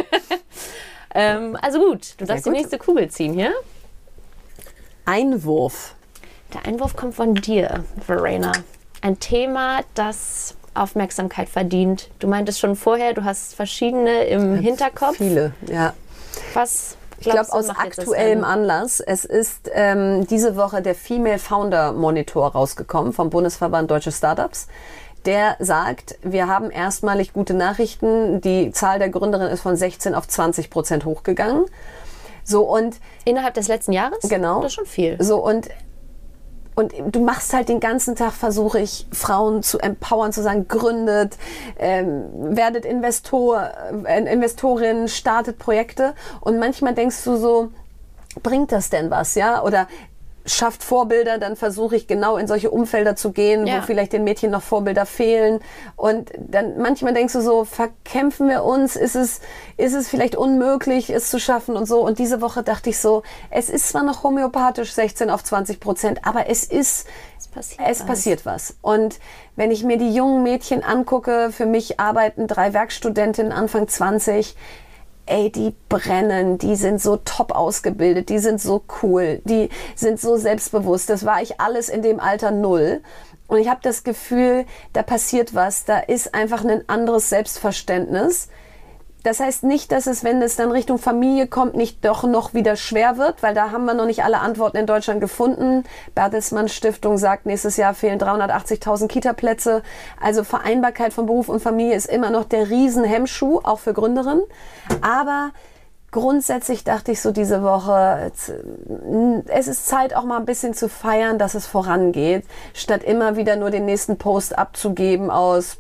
Also gut, du darfst die nächste Kugel ziehen hier. Einwurf. Der Einwurf kommt von dir, Verena. Ein Thema, das Aufmerksamkeit verdient. Du meintest schon vorher, du hast verschiedene im Hinterkopf. Viele, ja. Was? Ich glaube, aus aktuellem Anlass. Es ist diese Woche der Female Founder Monitor rausgekommen vom Bundesverband Deutsche Startups. Der sagt, wir haben erstmalig gute Nachrichten. Die Zahl der Gründerinnen ist von 16% auf 20% hochgegangen. So, und innerhalb des letzten Jahres? Genau. Das ist schon viel. So, und du machst halt den ganzen Tag, versuche ich, Frauen zu empowern, zu sagen, gründet, werdet Investorin, startet Projekte. Und manchmal denkst du so, bringt das denn was, ja? Oder schafft Vorbilder, dann versuche ich genau in solche Umfelder zu gehen, wo vielleicht den Mädchen noch Vorbilder fehlen. Und dann manchmal denkst du so, verkämpfen wir uns? Ist es vielleicht unmöglich, es zu schaffen und so? Und diese Woche dachte ich so, es ist zwar noch homöopathisch 16 auf 20%, aber es passiert was. Und wenn ich mir die jungen Mädchen angucke, für mich arbeiten 3 Werkstudentinnen Anfang 20, ey, die brennen, die sind so top ausgebildet, die sind so cool, die sind so selbstbewusst. Das war ich alles in dem Alter 0. Und ich habe das Gefühl, da passiert was, da ist einfach ein anderes Selbstverständnis. Das heißt nicht, dass es, wenn es dann Richtung Familie kommt, nicht doch noch wieder schwer wird, weil da haben wir noch nicht alle Antworten in Deutschland gefunden. Bertelsmann Stiftung sagt, nächstes Jahr fehlen 380.000 Kita-Plätze. Also Vereinbarkeit von Beruf und Familie ist immer noch der Riesenhemmschuh, auch für Gründerinnen. Aber grundsätzlich dachte ich so diese Woche, es ist Zeit auch mal ein bisschen zu feiern, dass es vorangeht, statt immer wieder nur den nächsten Post abzugeben aus,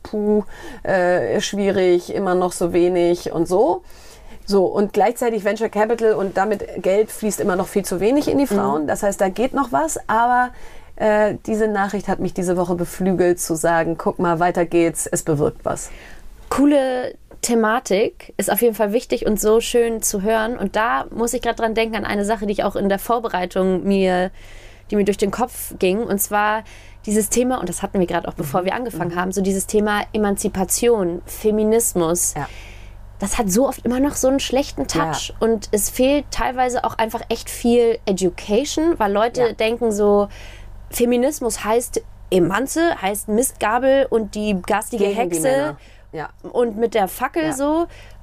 schwierig, immer noch so wenig und so. So, und gleichzeitig Venture Capital und damit Geld fließt immer noch viel zu wenig in die Frauen. Das heißt, da geht noch was, aber diese Nachricht hat mich diese Woche beflügelt zu sagen, guck mal, weiter geht's, es bewirkt was. Coole Thematik, ist auf jeden Fall wichtig und so schön zu hören. Und da muss ich gerade dran denken an eine Sache, die ich auch in der Vorbereitung die mir durch den Kopf ging. Und zwar dieses Thema, und das hatten wir gerade auch, bevor wir angefangen haben, so dieses Thema Emanzipation, Feminismus. Ja. Das hat so oft immer noch so einen schlechten Touch. Ja. Und es fehlt teilweise auch einfach echt viel Education, weil Leute denken so, Feminismus heißt Emanze, heißt Mistgabel und die garstige Gegen Hexe. Ja. Und mit der Fackel so,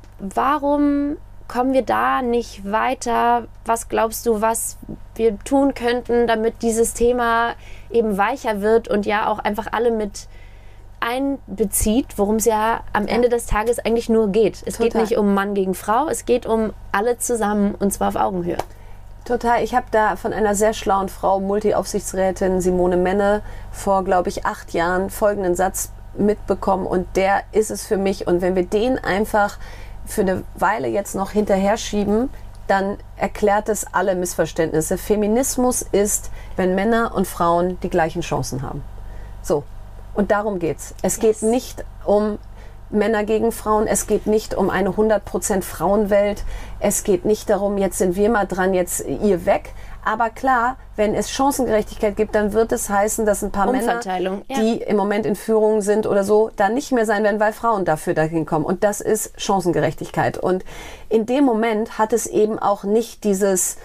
warum kommen wir da nicht weiter? Was glaubst du, was wir tun könnten, damit dieses Thema eben weicher wird und ja auch einfach alle mit einbezieht, worum es ja am Ende des Tages eigentlich nur geht. Es geht nicht um Mann gegen Frau, es geht um alle zusammen und zwar auf Augenhöhe. Total. Ich habe da von einer sehr schlauen Frau, Multi-Aufsichtsrätin Simone Menne, vor, glaube ich, 8 Jahren folgenden Satz mitbekommen und der ist es für mich. Und wenn wir den einfach für eine Weile jetzt noch hinterher schieben, dann erklärt es alle Missverständnisse. Feminismus ist, wenn Männer und Frauen die gleichen Chancen haben. So. Und darum geht's. Es geht nicht um Männer gegen Frauen. Es geht nicht um eine 100% Frauenwelt. Es geht nicht darum, jetzt sind wir mal dran, jetzt ihr weg. Aber klar, wenn es Chancengerechtigkeit gibt, dann wird es heißen, dass ein paar Männer, die im Moment in Führung sind oder so, da nicht mehr sein werden, weil Frauen dafür dahin kommen. Und das ist Chancengerechtigkeit. Und in dem Moment hat es eben auch nicht dieses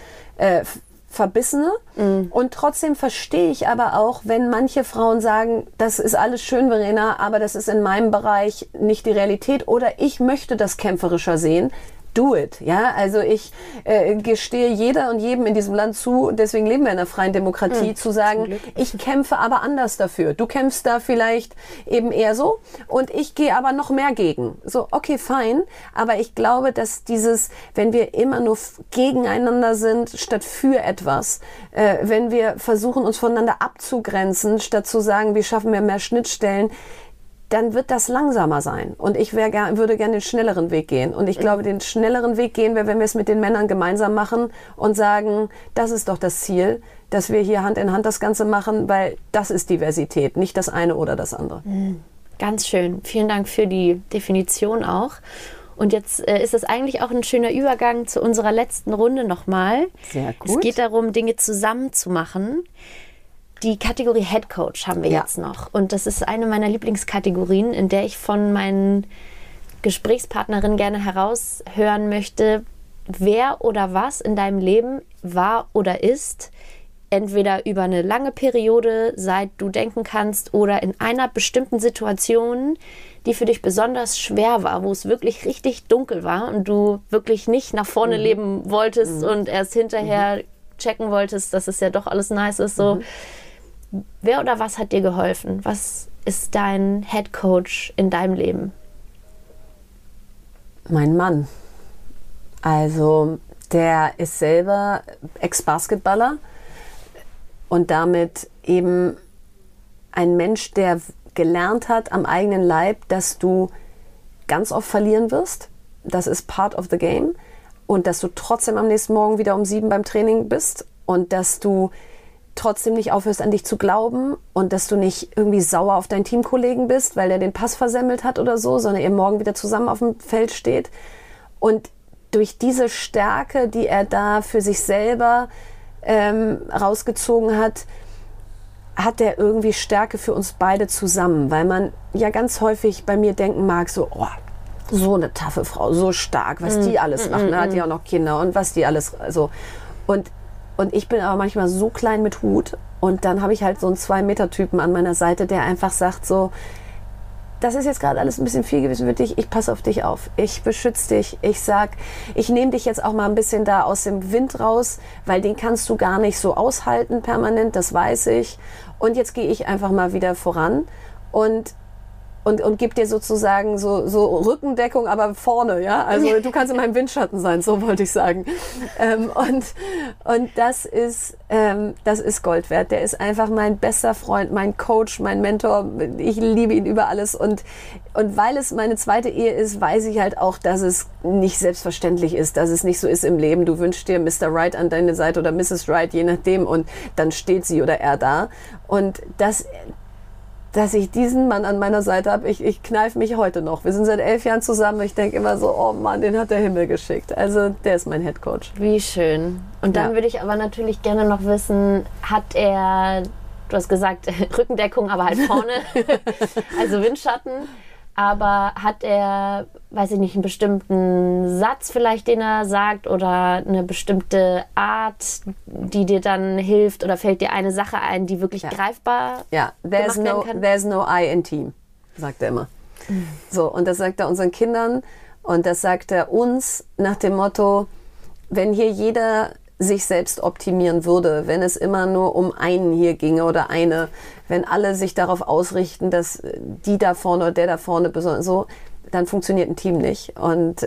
Verbissene. Und trotzdem verstehe ich aber auch, wenn manche Frauen sagen, das ist alles schön, Verena, aber das ist in meinem Bereich nicht die Realität oder ich möchte das kämpferischer sehen. Do it, ja, also ich gestehe jeder und jedem in diesem Land zu, deswegen leben wir in einer freien Demokratie, zu sagen, ich kämpfe aber anders dafür. Du kämpfst da vielleicht eben eher so und ich gehe aber noch mehr gegen. So, okay, fein, aber ich glaube, dass wenn wir immer nur gegeneinander sind, statt für etwas, wenn wir versuchen, uns voneinander abzugrenzen, statt zu sagen, wie schaffen wir mehr Schnittstellen, dann wird das langsamer sein. Und ich würde gerne den schnelleren Weg gehen. Und ich glaube, den schnelleren Weg gehen wir, wenn wir es mit den Männern gemeinsam machen und sagen, das ist doch das Ziel, dass wir hier Hand in Hand das Ganze machen, weil das ist Diversität, nicht das eine oder das andere. Ganz schön. Vielen Dank für die Definition auch. Und jetzt ist es eigentlich auch ein schöner Übergang zu unserer letzten Runde nochmal. Sehr gut. Es geht darum, Dinge zusammen zu machen. Die Kategorie Head Coach haben wir jetzt noch. Und das ist eine meiner Lieblingskategorien, in der ich von meinen Gesprächspartnerinnen gerne heraushören möchte, wer oder was in deinem Leben war oder ist, entweder über eine lange Periode, seit du denken kannst, oder in einer bestimmten Situation, die für dich besonders schwer war, wo es wirklich richtig dunkel war und du wirklich nicht nach vorne leben wolltest und erst hinterher checken wolltest, dass es ja doch alles nice ist. So. Wer oder was hat dir geholfen? Was ist dein Head Coach in deinem Leben? Mein Mann. Also der ist selber Ex-Basketballer und damit eben ein Mensch, der gelernt hat am eigenen Leib, dass du ganz oft verlieren wirst. Das ist part of the game. Und dass du trotzdem am nächsten Morgen wieder um 7 beim Training bist und dass du trotzdem nicht aufhörst, an dich zu glauben und dass du nicht irgendwie sauer auf deinen Teamkollegen bist, weil der den Pass versemmelt hat oder so, sondern ihr morgen wieder zusammen auf dem Feld steht. Und durch diese Stärke, die er da für sich selber rausgezogen hat, hat er irgendwie Stärke für uns beide zusammen, weil man ja ganz häufig bei mir denken mag, so, oh, so eine taffe Frau, so stark, was die alles macht, hat die auch noch Kinder und was die alles, also, und ich bin aber manchmal so klein mit Hut und dann habe ich halt so einen 2-Meter-Typen an meiner Seite, der einfach sagt so, das ist jetzt gerade alles ein bisschen viel gewesen für dich, ich passe auf dich auf, ich beschütze dich, ich sag, ich nehme dich jetzt auch mal ein bisschen da aus dem Wind raus, weil den kannst du gar nicht so aushalten permanent, das weiß ich. Und jetzt gehe ich einfach mal wieder voran und gib dir sozusagen so Rückendeckung, aber vorne, ja. Also du kannst in meinem Windschatten sein, so wollte ich sagen. Und das ist Gold wert. Der ist einfach mein bester Freund, mein Coach, mein Mentor. Ich liebe ihn über alles. Und weil es meine zweite Ehe ist, weiß ich halt auch, dass es nicht selbstverständlich ist, dass es nicht so ist im Leben. Du wünschst dir Mr. Right an deine Seite oder Mrs. Right, je nachdem. Und dann steht sie oder er da. Und dass ich diesen Mann an meiner Seite habe, ich kneife mich heute noch. Wir sind seit 11 Jahren zusammen. Ich denke immer so, oh Mann, den hat der Himmel geschickt. Also der ist mein Headcoach. Wie schön. Und dann würde ich aber natürlich gerne noch wissen, hat er, du hast gesagt, Rückendeckung, aber halt vorne, also Windschatten. Aber hat er, weiß ich nicht, einen bestimmten Satz vielleicht, den er sagt oder eine bestimmte Art, die dir dann hilft oder fällt dir eine Sache ein, die wirklich greifbar gemacht werden kann? There's no I in team, sagt er immer. So, und das sagt er unseren Kindern und das sagt er uns nach dem Motto, wenn hier jeder sich selbst optimieren würde, wenn es immer nur um einen hier ginge oder eine, wenn alle sich darauf ausrichten, dass die da vorne oder der da vorne besonders so, dann funktioniert ein Team nicht. Und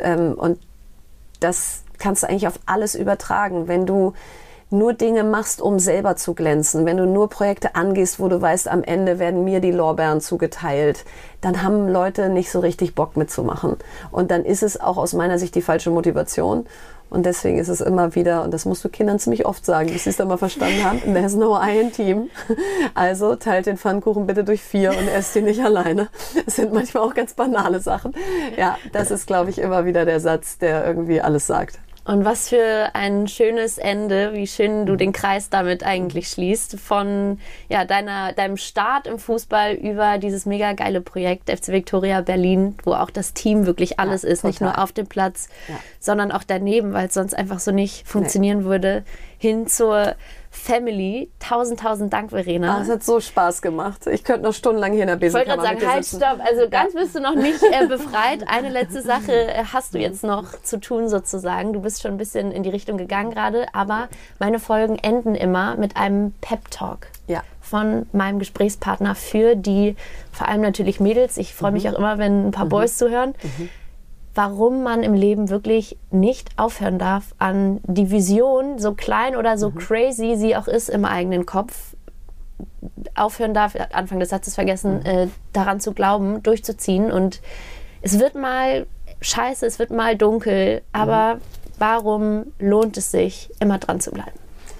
das kannst du eigentlich auf alles übertragen. Wenn du nur Dinge machst, um selber zu glänzen, wenn du nur Projekte angehst, wo du weißt, am Ende werden mir die Lorbeeren zugeteilt, dann haben Leute nicht so richtig Bock mitzumachen. Und dann ist es auch aus meiner Sicht die falsche Motivation. Und deswegen ist es immer wieder, und das musst du Kindern ziemlich oft sagen, bis sie es dann mal verstanden haben, there's no I in team. Also teilt den Pfannkuchen bitte durch 4 und esst ihn nicht alleine. Das sind manchmal auch ganz banale Sachen. Ja, das ist, glaube ich, immer wieder der Satz, der irgendwie alles sagt. Und was für ein schönes Ende, wie schön du den Kreis damit eigentlich schließt, von deinem Start im Fußball über dieses mega geile Projekt FC Viktoria Berlin, wo auch das Team wirklich alles ist, total. Nicht nur auf dem Platz, sondern auch daneben, weil es sonst einfach so nicht funktionieren würde, hin zur Family. Tausend Dank, Verena. Es hat so Spaß gemacht. Ich könnte noch stundenlang hier in der Besenkammer mit dir sitzen. Ich wollte gerade sagen, halt, stopp. Also ganz bist du noch nicht befreit. Eine letzte Sache hast du jetzt noch zu tun sozusagen. Du bist schon ein bisschen in die Richtung gegangen gerade, aber meine Folgen enden immer mit einem Pep-Talk. Ja. Von meinem Gesprächspartner für die, vor allem natürlich Mädels. Ich freue mich auch immer, wenn ein paar Boys zuhören. Warum man im Leben wirklich nicht aufhören darf, an die Vision, so klein oder so crazy sie auch ist im eigenen Kopf, aufhören darf, Anfang des Satzes vergessen, daran zu glauben, durchzuziehen. Und es wird mal scheiße, es wird mal dunkel, aber warum lohnt es sich, immer dran zu bleiben?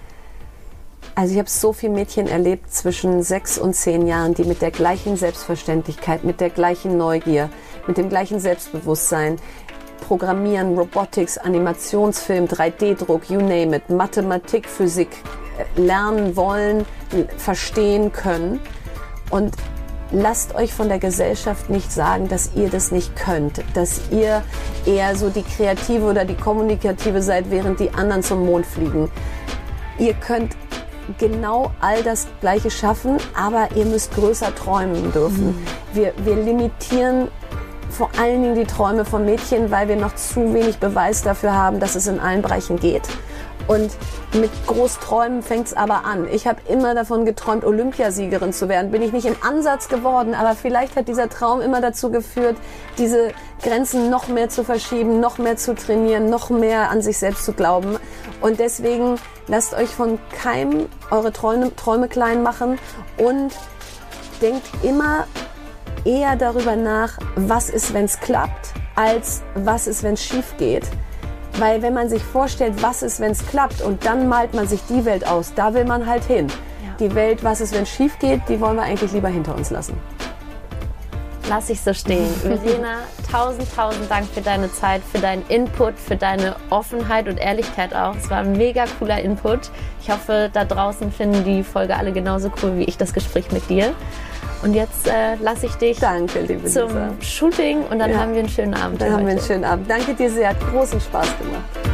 Also ich habe so viele Mädchen erlebt zwischen 6 und 10 Jahren, die mit der gleichen Selbstverständlichkeit, mit der gleichen Neugier, mit dem gleichen Selbstbewusstsein Programmieren, Robotics, Animationsfilm, 3D-Druck, you name it, Mathematik, Physik lernen wollen, verstehen können. Und lasst euch von der Gesellschaft nicht sagen, dass ihr das nicht könnt, dass ihr eher so die Kreative oder die Kommunikative seid, während die anderen zum Mond fliegen. Ihr könnt genau all das Gleiche schaffen, aber ihr müsst größer träumen dürfen. Wir limitieren vor allen Dingen die Träume von Mädchen, weil wir noch zu wenig Beweis dafür haben, dass es in allen Bereichen geht. Und mit Großträumen fängt es aber an. Ich habe immer davon geträumt, Olympiasiegerin zu werden. Bin ich nicht im Ansatz geworden, aber vielleicht hat dieser Traum immer dazu geführt, diese Grenzen noch mehr zu verschieben, noch mehr zu trainieren, noch mehr an sich selbst zu glauben. Und deswegen lasst euch von keinem eure Träume klein machen und denkt immer eher darüber nach, was ist, wenn es klappt, als was ist, wenn es schief geht. Weil wenn man sich vorstellt, was ist, wenn es klappt und dann malt man sich die Welt aus, da will man halt hin. Die Welt, was ist, wenn es schief geht, die wollen wir eigentlich lieber hinter uns lassen. Lass ich so stehen. Milena, tausend Dank für deine Zeit, für deinen Input, für deine Offenheit und Ehrlichkeit auch. Es war ein mega cooler Input. Ich hoffe, da draußen finden die Folge alle genauso cool wie ich das Gespräch mit dir. Und jetzt lasse ich dich zum Shooting und dann haben wir einen schönen Abend. Dann haben wir einen schönen Abend. Danke dir sehr, hat großen Spaß gemacht.